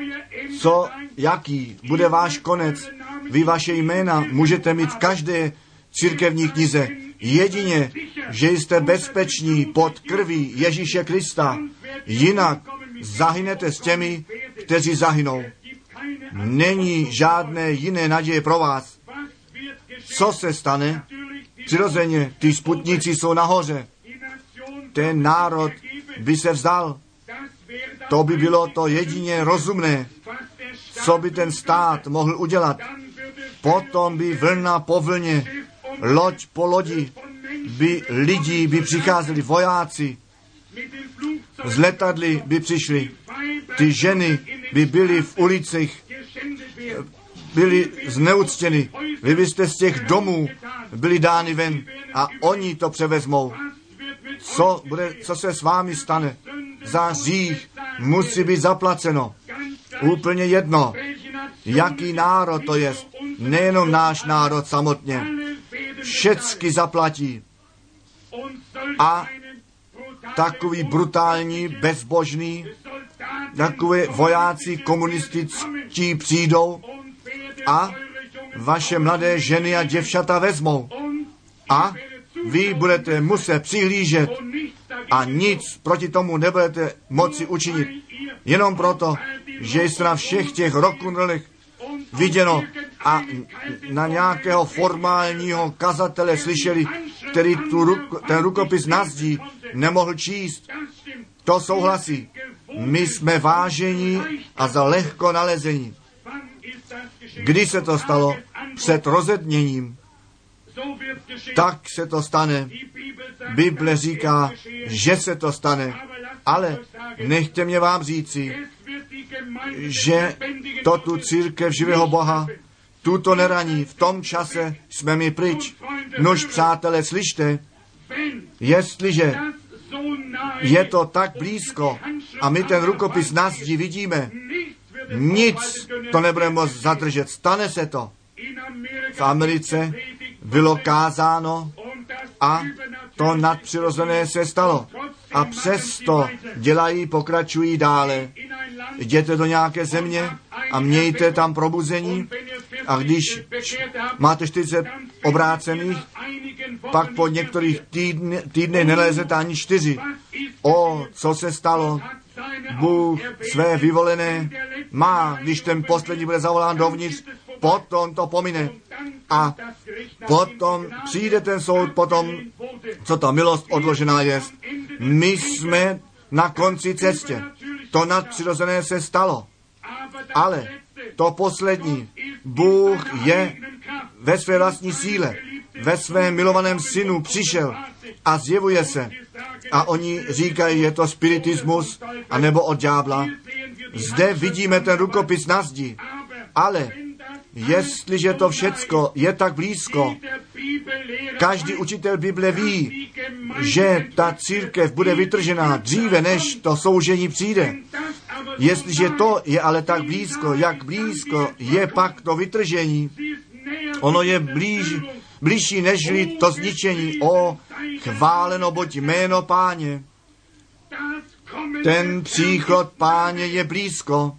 Jaký bude váš konec? Vy vaše jména můžete mít v každé církevní knize. Jedině, že jste bezpeční pod krví Ježíše Krista. Jinak zahynete s těmi, kteří zahynou. Není žádné jiné naděje pro vás. Co se stane? Přirozeně, ty sputníci jsou nahoře. Ten národ by se vzdal. To by bylo to jedině rozumné, co by ten stát mohl udělat. Potom by vlna po vlně, loď po lodi, lidi by přicházeli, vojáci, z letadly by přišli, ty ženy by byly v ulicích byli zneuctěni. Vy byste z těch domů byli dáni ven a oni to převezmou. Co se s vámi stane? Za hřích musí být zaplaceno. Úplně jedno, jaký národ to je. Nejenom náš národ samotně. Všecky zaplatí. A takový brutální, bezbožný, takový vojáci komunističtí přijdou a vaše mladé ženy a děvčata vezmou. A vy budete muset přihlížet a nic proti tomu nebudete moci učinit. Jenom proto, že jste na všech těch rock'n'rollech viděno a na nějakého formálního kazatele slyšeli, který ten rukopis na zdi nemohl číst. To souhlasí. My jsme vážení a za lehko nalezení. Kdy se to stalo? Před rozedněním. Tak se to stane. Bible říká, že se to stane. Ale nechte mě vám říci, že to tu církev živého Boha tuto neraní. V tom čase jsme my pryč. Nož, přátelé, slyšte, jestliže je to tak blízko a my ten rukopis na zdi vidíme, nic to nebude moct zadržet. Stane se to. V Americe bylo kázáno a to nadpřirozené se stalo. A přesto pokračují dále. Jděte do nějaké země a mějte tam probuzení a když máte 40 obrácených, pak po některých týdnech nelezete ani 4. Co se stalo? Bůh své vyvolené má, když ten poslední bude zavolán dovnitř, potom to pomine. A potom přijde ten soud, potom, co ta milost odložená je. My jsme na konci cestě. To nadpřirozené se stalo. Ale to poslední, Bůh je ve své vlastní síle, ve svém milovaném synu přišel a zjevuje se. A oni říkají, je to spiritismus, anebo od ďábla. Zde vidíme ten rukopis na zdi. Ale jestliže to všecko je tak blízko, každý učitel Bible ví, že ta církev bude vytržená dříve, než to soužení přijde. Jestliže to je ale tak blízko, jak blízko je pak to vytržení, ono je blížší nežli to zničení. Chváleno buď jméno Páně. Ten příchod Páně je blízko.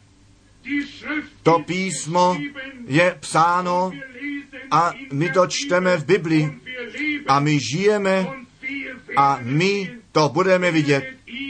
To písmo je psáno a my to čteme v Bibli a my žijeme a my to budeme vidět.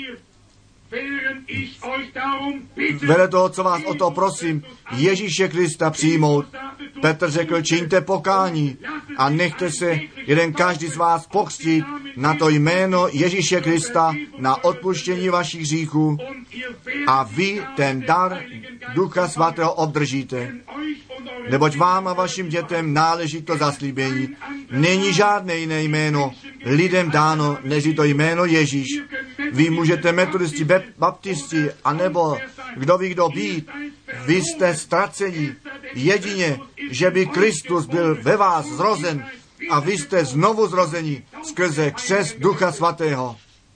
Vede toho, co vás o to prosím, Ježíše Krista přijmout. Petr řekl, čiňte pokání a nechte se jeden každý z vás pokřtít na to jméno Ježíše Krista na odpuštění vašich hříchů a vy ten dar Ducha Svatého obdržíte. Neboť vám a vašim dětem náleží to zaslíbení. Není žádné jiné jméno lidem dáno, než to jméno Ježíš. Vy můžete metodisti, baptisti, anebo kdo ví, kdo být. Vy jste ztraceni. Jedině, že by Kristus byl ve vás zrozen a vy jste znovu zrozeni skrze křest Ducha Svatého.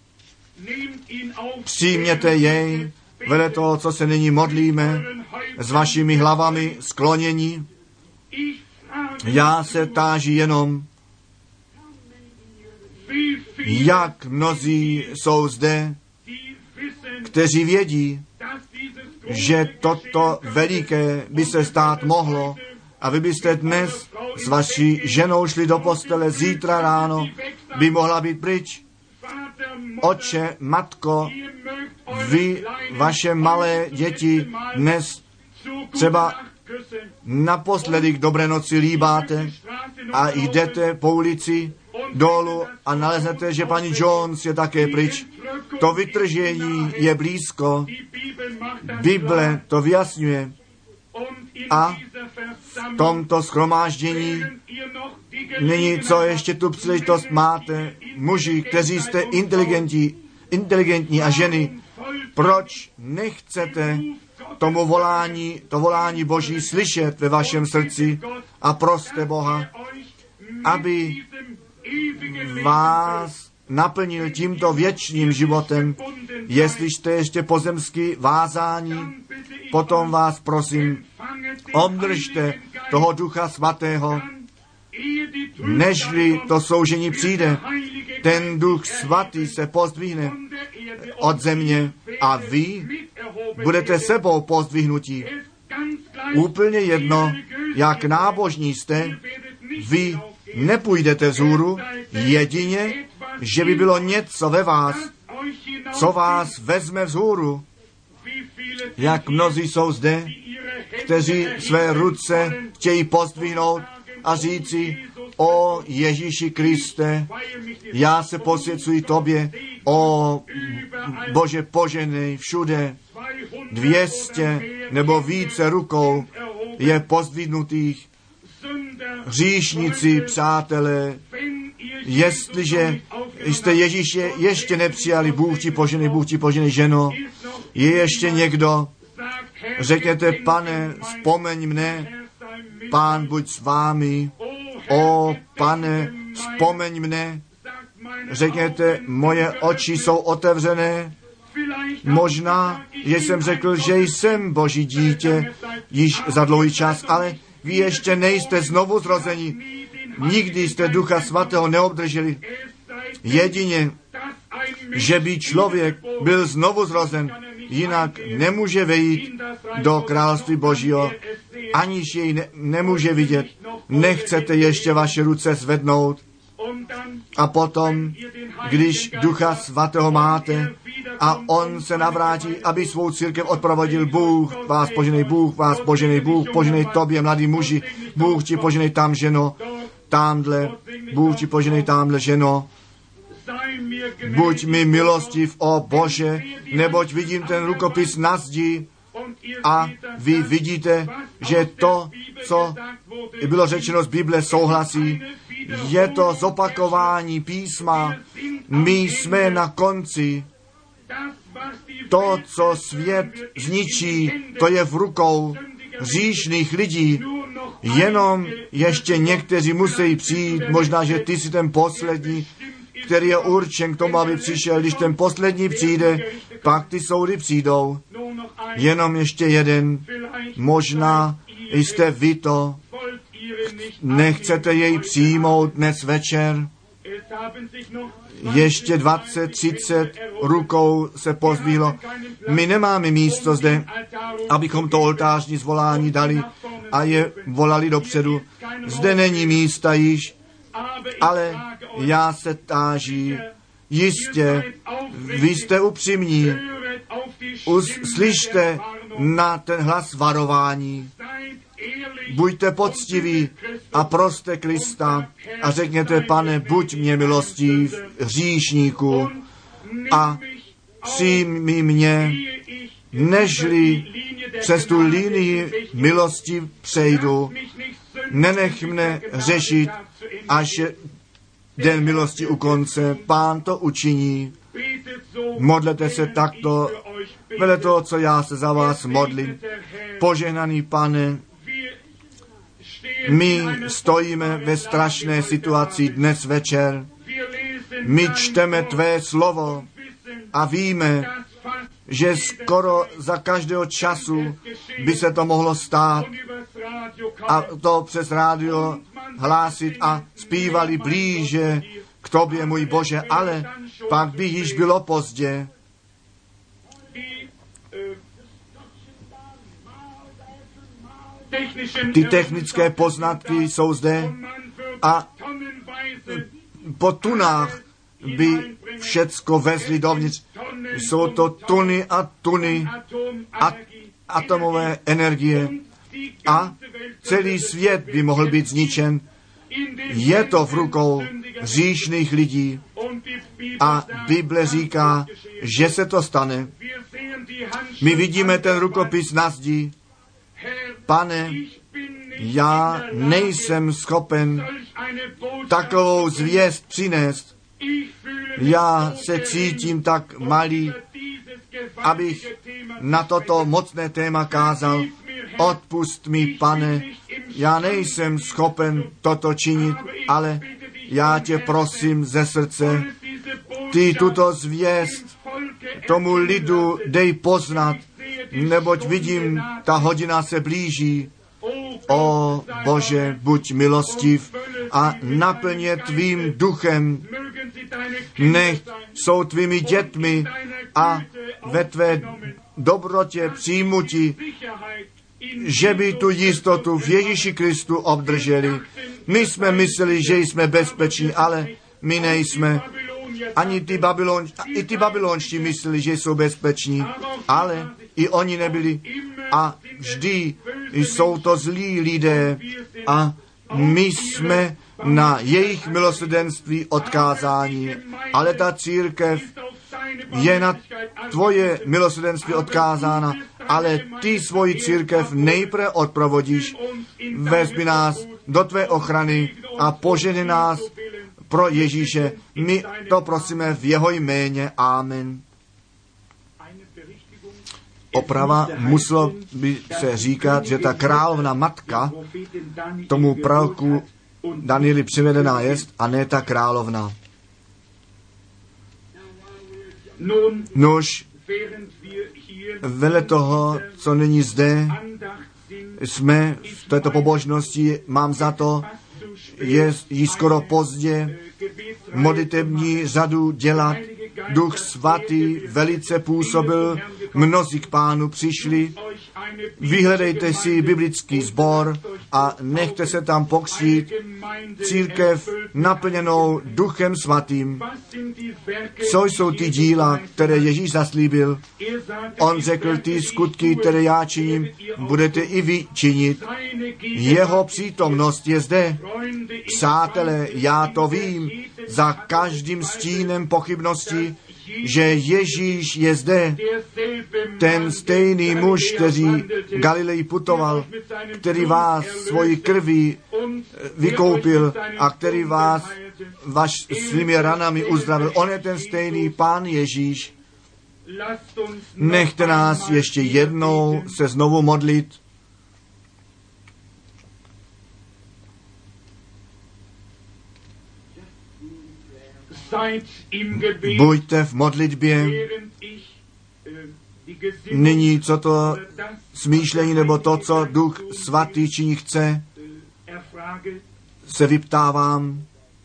Přijměte jej vedle toho, co se nyní modlíme, s vašimi hlavami sklonění. Já se táži jenom, jak mnozí jsou zde, kteří vědí, že toto veliké by se stát mohlo a vy byste dnes s vaší ženou šli do postele, zítra ráno by mohla být pryč. Otče, matko, vy, vaše malé děti, dnes třeba naposledy k dobré noci líbáte a jdete po ulici dolů a naleznete, že paní Jones je také pryč. To vytržení je blízko. Bible to vyjasňuje. A v tomto shromáždění nyní, co ještě tu příležitost máte, muži, kteří jste inteligentní a ženy, proč nechcete to volání Boží slyšet ve vašem srdci a proste Boha, aby vás naplnil tímto věčným životem. Jestli jste ještě pozemsky vázáni, potom vás prosím, obdržte toho Ducha Svatého, nežli to soužení přijde. Ten Duch Svatý se pozdvihne od země a vy budete sebou pozdvihnutí. Úplně jedno, jak nábožní jste, vy nepůjdete vzhůru, jedině, že by bylo něco ve vás, co vás vezme vzhůru. Jak mnozí jsou zde, kteří své ruce chtějí pozdvihnout a říci, o Ježíši Kriste, já se posvěcuji tobě, o Bože poženej všude. 200 nebo více rukou je pozdvihnutých. Hříšníci, přátelé, jestliže jste Ježíše ještě nepřijali, Bůh ti poženej ženo, je ještě někdo, řekněte, Pane, vzpomeň mne, Pán buď s vámi, o Pane, vzpomeň mne, řekněte, moje oči jsou otevřené, možná, že jsem řekl, že jsem Boží dítě již za dlouhý čas, ale vy ještě nejste znovu zrozeni, nikdy jste Ducha Svatého neobdrželi, jedině, že by člověk byl znovu zrozen, jinak nemůže vejít do království Božího, aniž jej nemůže vidět. Nechcete ještě vaše ruce zvednout a potom, když Ducha Svatého máte a on se navrátí, aby svou církev odprovodil, Bůh vás poženej, Bůh vás poženej, Bůh poženej tobě, mladý muži, Bůh ti poženej tam, ženo, tamhle, Bůh ti poženej tamhle, ženo, buď mi milostiv, o Bože, neboť vidím ten rukopis na zdi a vy vidíte, že to, co bylo řečeno z Bible, souhlasí. Je to zopakování písma. My jsme na konci. To, co svět zničí, to je v rukou hříšných lidí. Jenom ještě někteří musí přijít. Možná, že ty jsi ten poslední, který je určen k tomu, aby přišel. Když ten poslední přijde, pak ty soudy přijdou. Jenom ještě jeden. Možná jste vy to. Nechcete jej přijmout dnes večer. Ještě 20, 30 rukou se pozdvihlo. My nemáme místo zde, abychom to oltářní zvolání dali a je volali dopředu. Zde není místa již, ale já se táží, jistě, vy jste upřímní, slyšte na ten hlas varování, buďte poctiví a proste Krista a řekněte, Pane, buď mě milostiv, hříšníku, a přijmi mě, nežli přes tu linii milosti přejdu. Nenech mne řešit, až je den milosti u konce. Pán to učiní. Modlete se takto, vedle toho, co já se za vás modlím. Požehnaný Pane, my stojíme ve strašné situaci dnes večer. My čteme tvé slovo a víme, že skoro za každého času by se to mohlo stát a to přes rádio hlásit a zpívali blíže k tobě, můj Bože, ale pak by již bylo pozdě. Ty technické poznatky jsou zde a po tunách by všecko vezli dovnitř. Jsou to tuny a tuny atomové energie a celý svět by mohl být zničen. Je to v rukou hříšných lidí a Bible říká, že se to stane. My vidíme ten rukopis na zdi. Pane, já nejsem schopen takovou zvěst přinést. Já se cítím tak malý abych na toto mocné téma kázal. Odpust mi, Pane, já nejsem schopen toto činit, ale já tě prosím ze srdce, ty tuto zvěst tomu lidu dej poznat, neboť vidím, ta hodina se blíží. O Bože, buď milostiv a naplň je tvým duchem. Nech jsou tvými dětmi a ve tvé dobrotě přijmuti, že by tu jistotu v Ježíši Kristu obdrželi. My jsme mysleli, že jsme bezpeční, ale my nejsme. Ani ty babylonští mysleli, že jsou bezpeční, ale i oni nebyli. A vždy jsou to zlí lidé a my jsme na jejich milosrdenství odkázáni. Ale ta církev je na tvoje milosrdenství odkázána, ale ty svoji církev nejprve odprovodíš. Vezmi nás do tvé ochrany a požehnej nás pro Ježíše. My to prosíme v jeho jméně. Amen. Oprava, muselo by se říkat, že ta královna matka tomu proroku Danieli přivedená jest a ne ta královna. Nož, vedle toho, co není zde, jsme v této pobožnosti, mám za to, je jí skoro pozdě modlitební řadu dělat. Duch svatý velice působil, mnozí k Pánu přišli. Vyhledejte si biblický sbor a nechte se tam pokřtít, církev naplněnou Duchem svatým. Co jsou ty díla, které Ježíš zaslíbil? On řekl, ty skutky, které já činím, budete i vy činit. Jeho přítomnost je zde. Přátelé, já to vím, za každým stínem pochybnosti, že Ježíš je zde, ten stejný muž, který Galileji putoval, který vás svojí krví vykoupil a který vás svými ranami uzdravil. On je ten stejný Pán Ježíš. Nechte nás ještě jednou se znovu modlit. Buďte v modlitbě. Nyní, co to smýšlení nebo to, co Duch svatý činí chce, se vyptávám.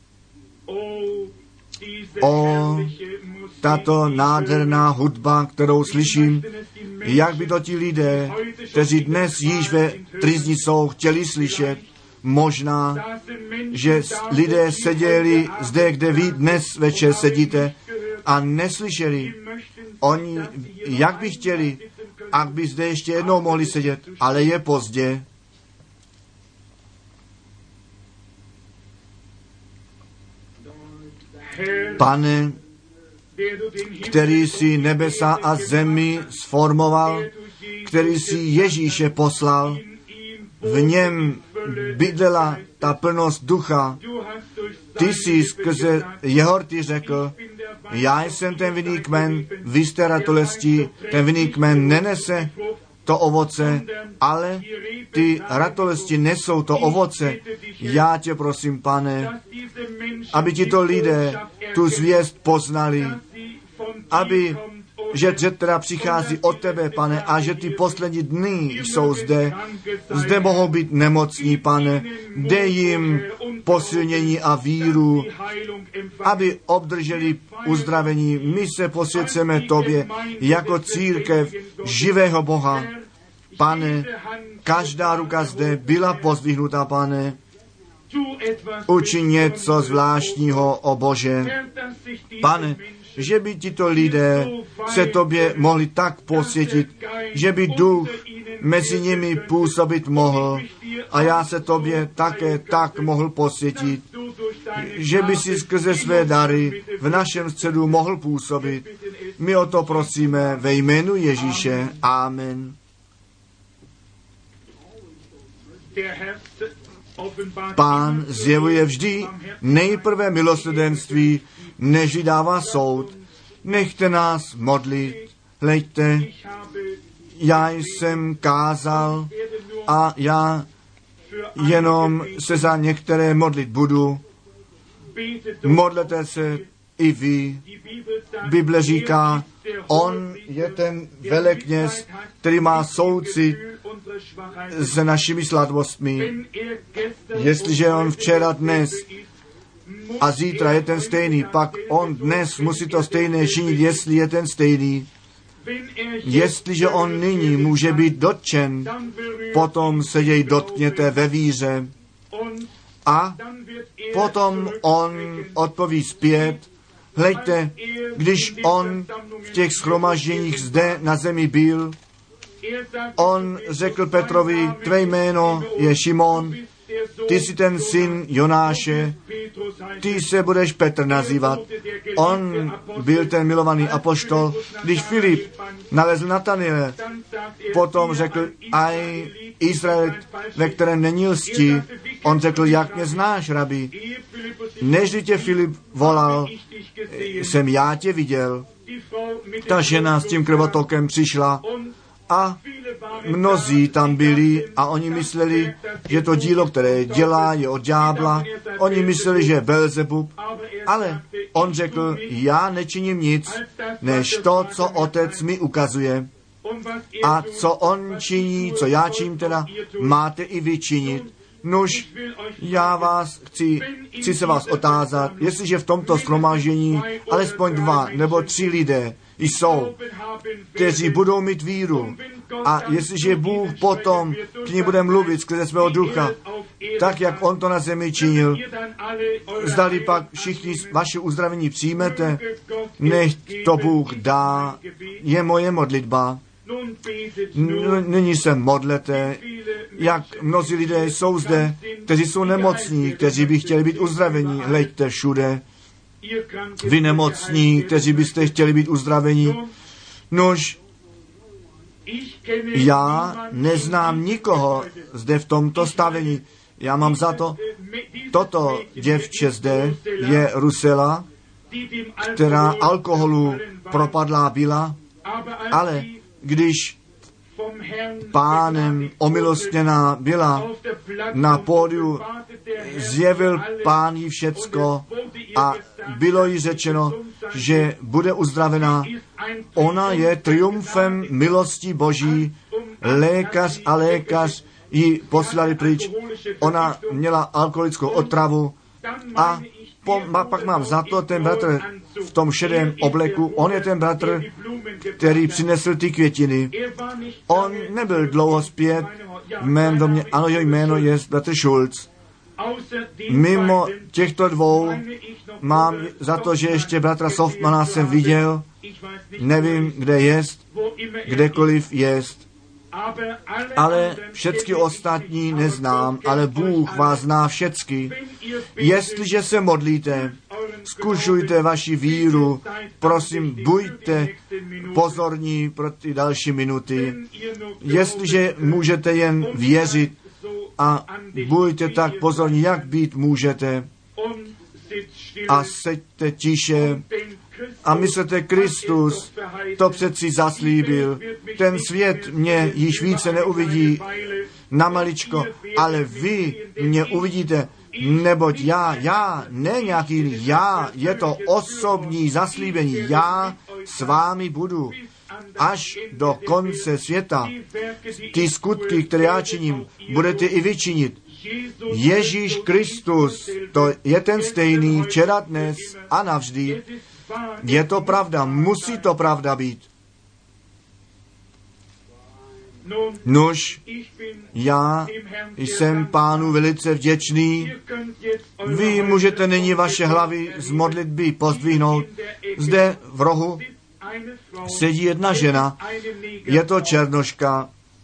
O tato nádherná hudba, kterou slyším, jak by to ti lidé, kteří dnes již ve tryzni jsou, chtěli slyšet. Možná, že lidé seděli zde, kde vy dnes večer sedíte a neslyšeli. Oni, jak by chtěli, ak by zde ještě jednou mohli sedět, ale je pozdě. Pane, který si nebesa a zemi sformoval, který si Ježíše poslal, v něm bydlela ta plnost ducha. Ty jsi skrze jeho rty řekl, já jsem ten vinný kmen, vy jste ratolesti, ten vinný kmen nenese to ovoce, ale ty ratolesti nesou to ovoce. Já tě prosím, Pane, aby tito lidé tu zvěst poznali, aby že teda přichází od tebe, Pane, a že ty poslední dny jsou zde. Zde mohou být nemocní, Pane. Dej jim posilnění a víru, aby obdrželi uzdravení. My se posvěceme tobě jako církev živého Boha. Pane, každá ruka zde byla pozdvihnuta, Pane. Učin něco zvláštního, o Bože. Pane, že by tito lidé se tobě mohli tak posvětit, že by duch mezi nimi působit mohl a já se tobě také tak mohl posvětit, že by si skrze své dary v našem středu mohl působit. My o to prosíme ve jménu Ježíše. Amen. Pán zjevuje vždy nejprve milosrdenství, než dává soud. Nechte nás modlit hleďte, já jsem kázal a já jenom se za některé modlit budu. Modlete se i vy. Bible říká, on je ten velekněz, který má soucit s našimi slabostmi. Jestliže on včera, dnes a zítra je ten stejný, pak on dnes musí to stejné činit, jestli je ten stejný. Jestliže on nyní může být dotčen, potom se jej dotkněte ve víře a potom on odpoví zpět. Hleďte, když on v těch shromažděních zde na zemi byl, on řekl Petrovi, tvé jméno je Šimon, ty jsi ten syn Jonáše, ty se budeš Petr nazývat. On byl ten milovaný apoštol. Když Filip nalezl Nataniele, potom řekl, aj Izrael, ve kterém není lsti. On řekl, jak mě znáš, rabi? Nežli tě Filip volal, jsem já tě viděl. Ta žena s tím krvotokem přišla a mnozí tam byli a oni mysleli, že to dílo, které dělá, je od ďábla. Oni mysleli, že je Belzebub, ale on řekl, já nečiním nic, než to, co otec mi ukazuje. A co on činí, co já činím teda, máte i vy činit. Nuž, já vás chci se vás otázat, jestliže v tomto shromáždění alespoň 2 nebo 3 lidé jsou, kteří budou mít víru, a jestliže Bůh potom k ní bude mluvit skrze svého ducha, tak jak on to na zemi činil, zdali pak všichni vaše uzdravení přijmete, nech to Bůh dá, je moje modlitba. Nyní se modlete, jak mnozí lidé jsou zde, kteří jsou nemocní, kteří by chtěli být uzdravení, hleďte všude. Vy nemocní, kteří byste chtěli být uzdravení. Nož, já neznám nikoho zde v tomto stavení. Já mám za to, toto děvče zde je Rusela, která alkoholu propadlá byla, ale když Pánem omilostněná byla, na pódiu zjevil Pán jí všecko a bylo jí řečeno, že bude uzdravená. Ona je triumfem milosti Boží. Lékař a lékař ji poslali pryč. Ona měla alkoholickou otravu a pak mám za to, ten bratr v tom šedém obleku, on je ten bratr, který přinesl ty květiny. On nebyl dlouho zpět v mém domě, ano, jeho jméno je bratr Schulz. Mimo těchto 2 mám za to, že ještě bratra Softmana jsem viděl, nevím, kde jest, kdekoliv jest. Ale všecky ostatní neznám, ale Bůh vás zná všecky. Jestliže se modlíte, zkušujte vaši víru, prosím, buďte pozorní pro ty další minuty. Jestliže můžete jen věřit a buďte tak pozorní, jak být můžete a seďte tiše a myslete, Kristus to přeci zaslíbil. Ten svět mě již více neuvidí na maličko, ale vy mě uvidíte, neboť já, ne nějaký jiný, je to osobní zaslíbení, já s vámi budu až do konce světa. Ty skutky, které já činím, budete i vy činit. Ježíš Kristus, to je ten stejný včera, dnes a navždy. Je to pravda, musí to pravda být. Nuž, já jsem Pánu velice vděčný. Vy můžete nyní vaše hlavy z modlitby pozdvihnout. Zde v rohu sedí jedna žena, je to černoška.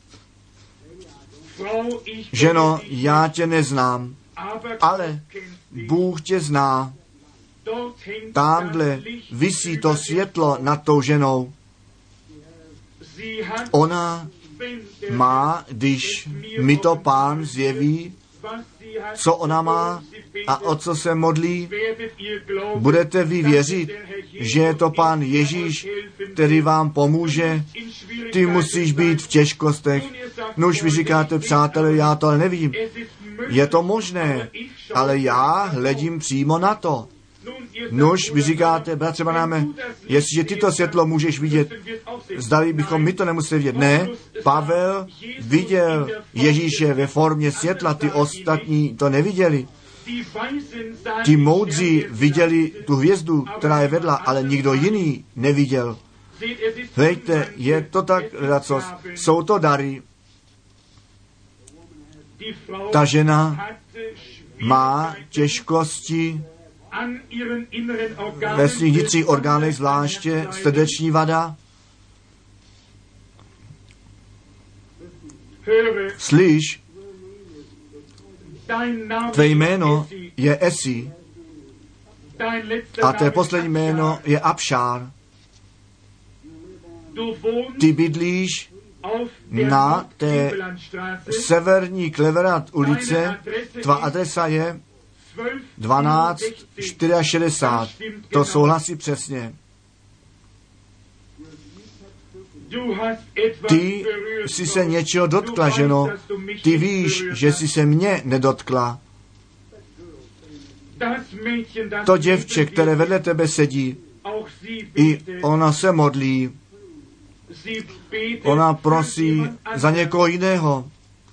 Ženo, já tě neznám, ale Bůh tě zná. Támhle visí to světlo nad tou ženou. Ona má, když mi to Pán zjeví, co ona má a o co se modlí, budete vy věřit, že je to Pán Ježíš, který vám pomůže. Ty musíš být v těžkostech. No už vy říkáte, přátelé, já to ale nevidím. Je to možné, ale já hledím přímo na to. Nož, vy říkáte, bratře Branáme, jestliže ty to světlo můžeš vidět, zdali bychom my to nemuseli vidět. Ne, Pavel viděl Ježíše ve formě světla, ty ostatní to neviděli. Ti moudří viděli tu hvězdu, která je vedla, ale nikdo jiný neviděl. Hejte, je to tak, ledacos, jsou to dary. Ta žena má těžkosti ve svých vnitřních orgánech, zvláště srdeční vada. Slyš, tvé jméno je Esi a tvé poslední jméno je Abšár. Ty bydlíš na té severní Kleverat ulice, tvá adresa je 1264. To souhlasí přesně. Ty jsi se něčeho dotkla, ženo. Ty víš, že jsi se mě nedotkla. To děvče, které vedle tebe sedí, i ona se modlí. Ona prosí za někoho jiného.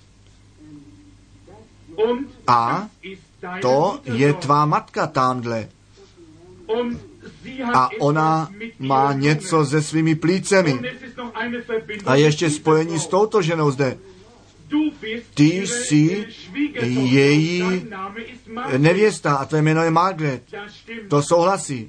A to je tvá matka tamhle. A ona má něco se svými plícemi. A ještě spojení s touto ženou zde. Ty jsi její nevěsta a tvé jméno je Margaret. To souhlasí.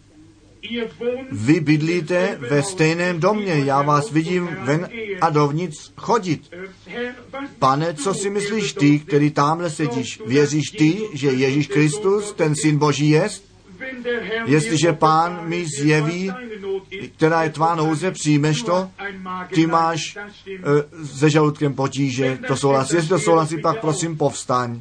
Vy bydlíte ve stejném domě, já vás vidím ven a dovnitř chodit. Pane, co si myslíš ty, který tamhle sedíš? Věříš ty, že Ježíš Kristus, ten Syn Boží jest? Jestliže Pán mi zjeví, která je tvá nouze, přijmeš to? Ty máš se žaludkem potíže, to souhlasí. Jestli to souhlasí, pak prosím povstaň.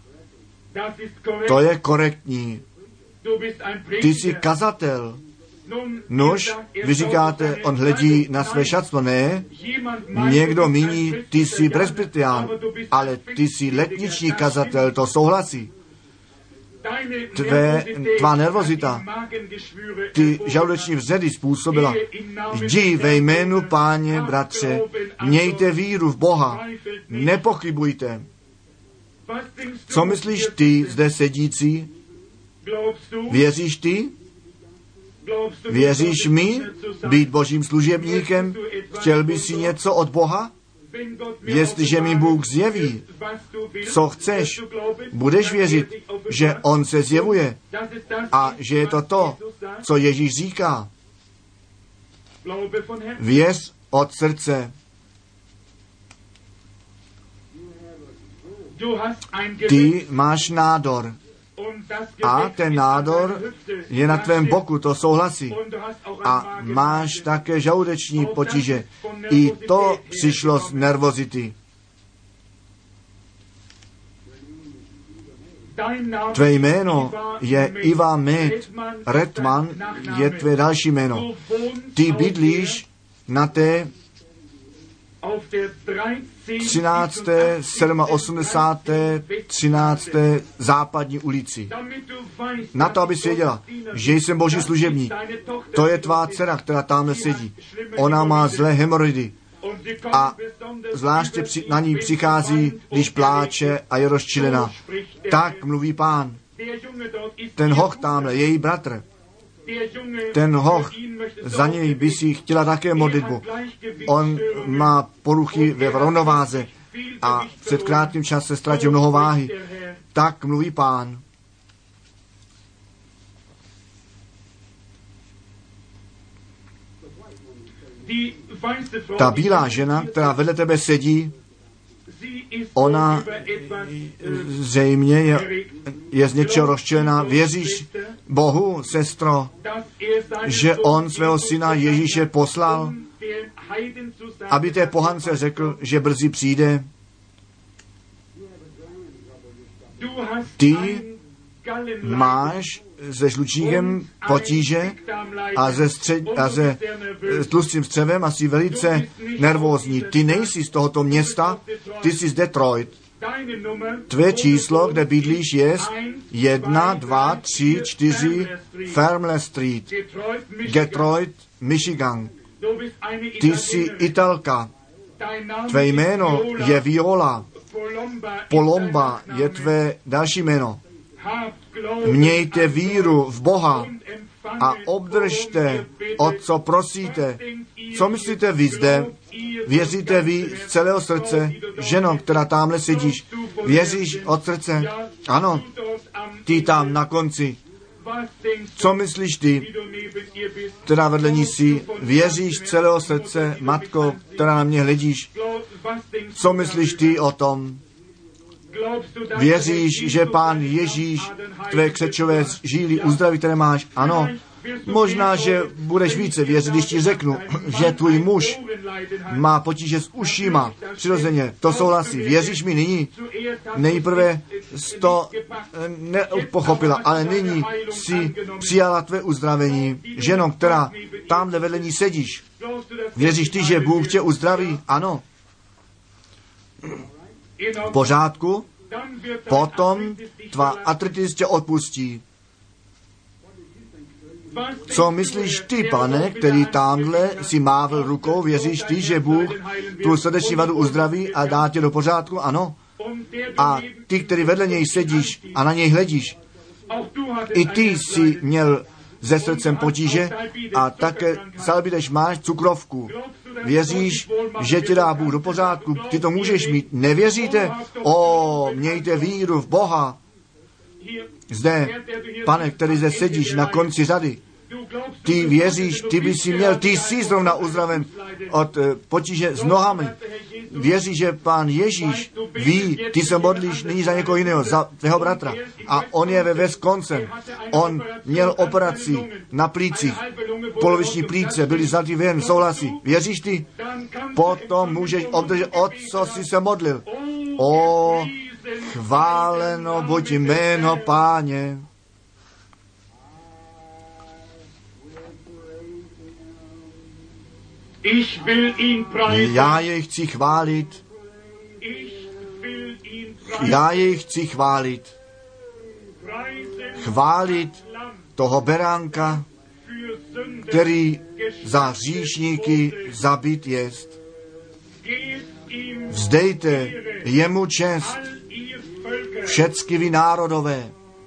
To je korektní. Ty jsi kazatel. Nož, vy říkáte, on hledí na své šatstvo. Ne, někdo míní, ty jsi presbyterián, ale ty jsi letniční kazatel, to souhlasí. Tvá nervozita, ty žaludeční vzedy způsobila. Jdi ve jménu Páně, bratře, mějte víru v Boha, nepochybujte. Co myslíš ty zde sedící? Věříš ty? Věříš mi být Božím služebníkem? Chtěl bys si něco od Boha? Jestliže mi Bůh zjeví, co chceš, budeš věřit, že On se zjevuje a že je to to, co Ježíš říká. Věř od srdce. Ty máš nádor. A ten nádor je na tvém boku, to souhlasí. A máš také žaludeční potíže. I to přišlo z nervozity. Tvé jméno je Iva Med Redman, je tvé další jméno. Ty bydlíš na té 13., 87., 13. západní ulici. Na to, aby věděla, že jsem Boží služebník. To je tvá dcera, která tamhle sedí. Ona má zlé hemoroidy. A zvláště na ní přichází, když pláče a je rozčilená. Tak mluví Pán. Ten hoch tamhle, její bratr. Ten hoch, za něj by si chtěla také modlitbu. On má poruchy ve rovnováze a před krátkým časem ztratil mnoho váhy. Tak mluví Pán. Ta bílá žena, která vedle tebe sedí, ona zřejmě je z něčeho rozčilená. Věříš Bohu, sestro, že On svého syna Ježíše poslal, aby té pohance řekl, že brzy přijde? Ty máš se žlučníkem potíže a se tlustým střevem a jsi velice nervózní. Ty nejsi z tohoto města, ty jsi z Detroit. Tvé číslo, kde bydlíš, je 1, 2, 3, 4 Farmley Street, Detroit, Michigan. Ty jsi Italka. Tvé jméno je Viola. Polomba je tvé další jméno. Mějte víru v Boha a obdržte, o co prosíte. Co myslíte vy zde? Věříte vy z celého srdce? Ženo, která tamhle sedíš, věříš od srdce? Ano, ty tam na konci. Co myslíš ty, která vedle ní jsi? Věříš z celého srdce, matko, která na mě hledíš? Co myslíš ty o tom? Věříš, že Pán Ježíš tvé křečové žíly uzdraví, které máš? Ano. Možná, že budeš více věřit, když ti řeknu, že tvůj muž má potíže s ušima. Přirozeně, to souhlasí. Věříš mi nyní? Nejprve jsi to nepochopila, ale nyní si přijala tvé uzdravení. Ženo, která tamhle vedle ní sedíš. Věříš ty, že Bůh tě uzdraví? Ano. V pořádku? Potom tvá artritis tě odpustí. Co myslíš ty, pane, který tamhle si mávl rukou? Věříš ty, že Bůh tu srdeční vadu uzdraví a dá tě do pořádku? Ano. A ty, který vedle něj sedíš a na něj hledíš, i ty jsi měl ze srdcem potíže a také salbideš máš cukrovku. Věříš, že tě dá Bůh do pořádku? Ty to můžeš mít. Nevěříte? Mějte víru v Boha. Zde, pane, který zde sedíš na konci řady, ty věříš, ty by si měl, ty jsi zrovna uzdraven od potíže s nohami. Věříš, že Pán Ježíš ví, ty se modlíš nyní za někoho jiného, za tvého bratra. A on je ve Wisconsin. On měl operaci na plících. Poloviční plíce byly vzatý ven, souhlasí. Věříš ty? Potom můžeš obdržet, o co jsi se modlil. Chváleno buď jméno Páně. Já jej chci chválit. Já jej chci chválit. Chválit toho beránka, který za hříšníky zabit jest. Vzdejte jemu čest, všecky vy národové,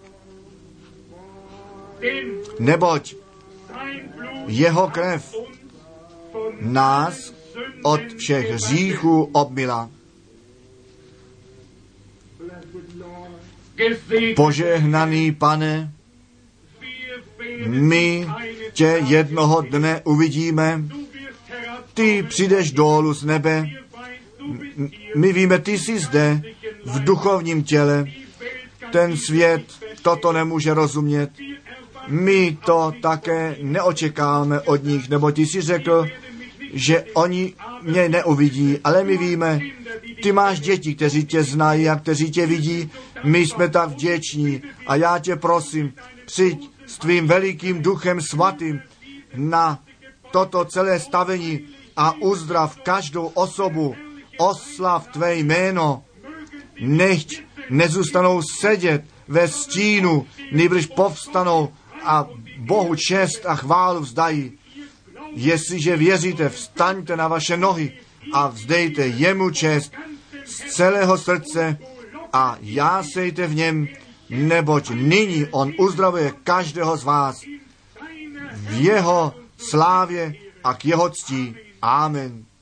neboť jeho krev nás od všech hříchů obmila. Požehnaný Pane, my tě jednoho dne uvidíme, ty přijdeš dolů z nebe, my víme, ty jsi zde v duchovním těle, ten svět toto nemůže rozumět, my to také neočekáváme od nich, nebo ty jsi řekl, že oni mě neuvidí, ale my víme, ty máš děti, kteří tě znají a kteří tě vidí, my jsme tak vděční a já tě prosím, přijď s tvým velikým duchem svatým na toto celé stavení a uzdrav každou osobu, oslav tvé jméno, nechť nezůstanou sedět ve stínu, nýbrž povstanou a Bohu čest a chválu vzdají. Jestliže věříte, vstaňte na vaše nohy a vzdejte jemu čest z celého srdce a jásejte v něm, neboť nyní on uzdravuje každého z vás v jeho slávě a k jeho cti. Amen.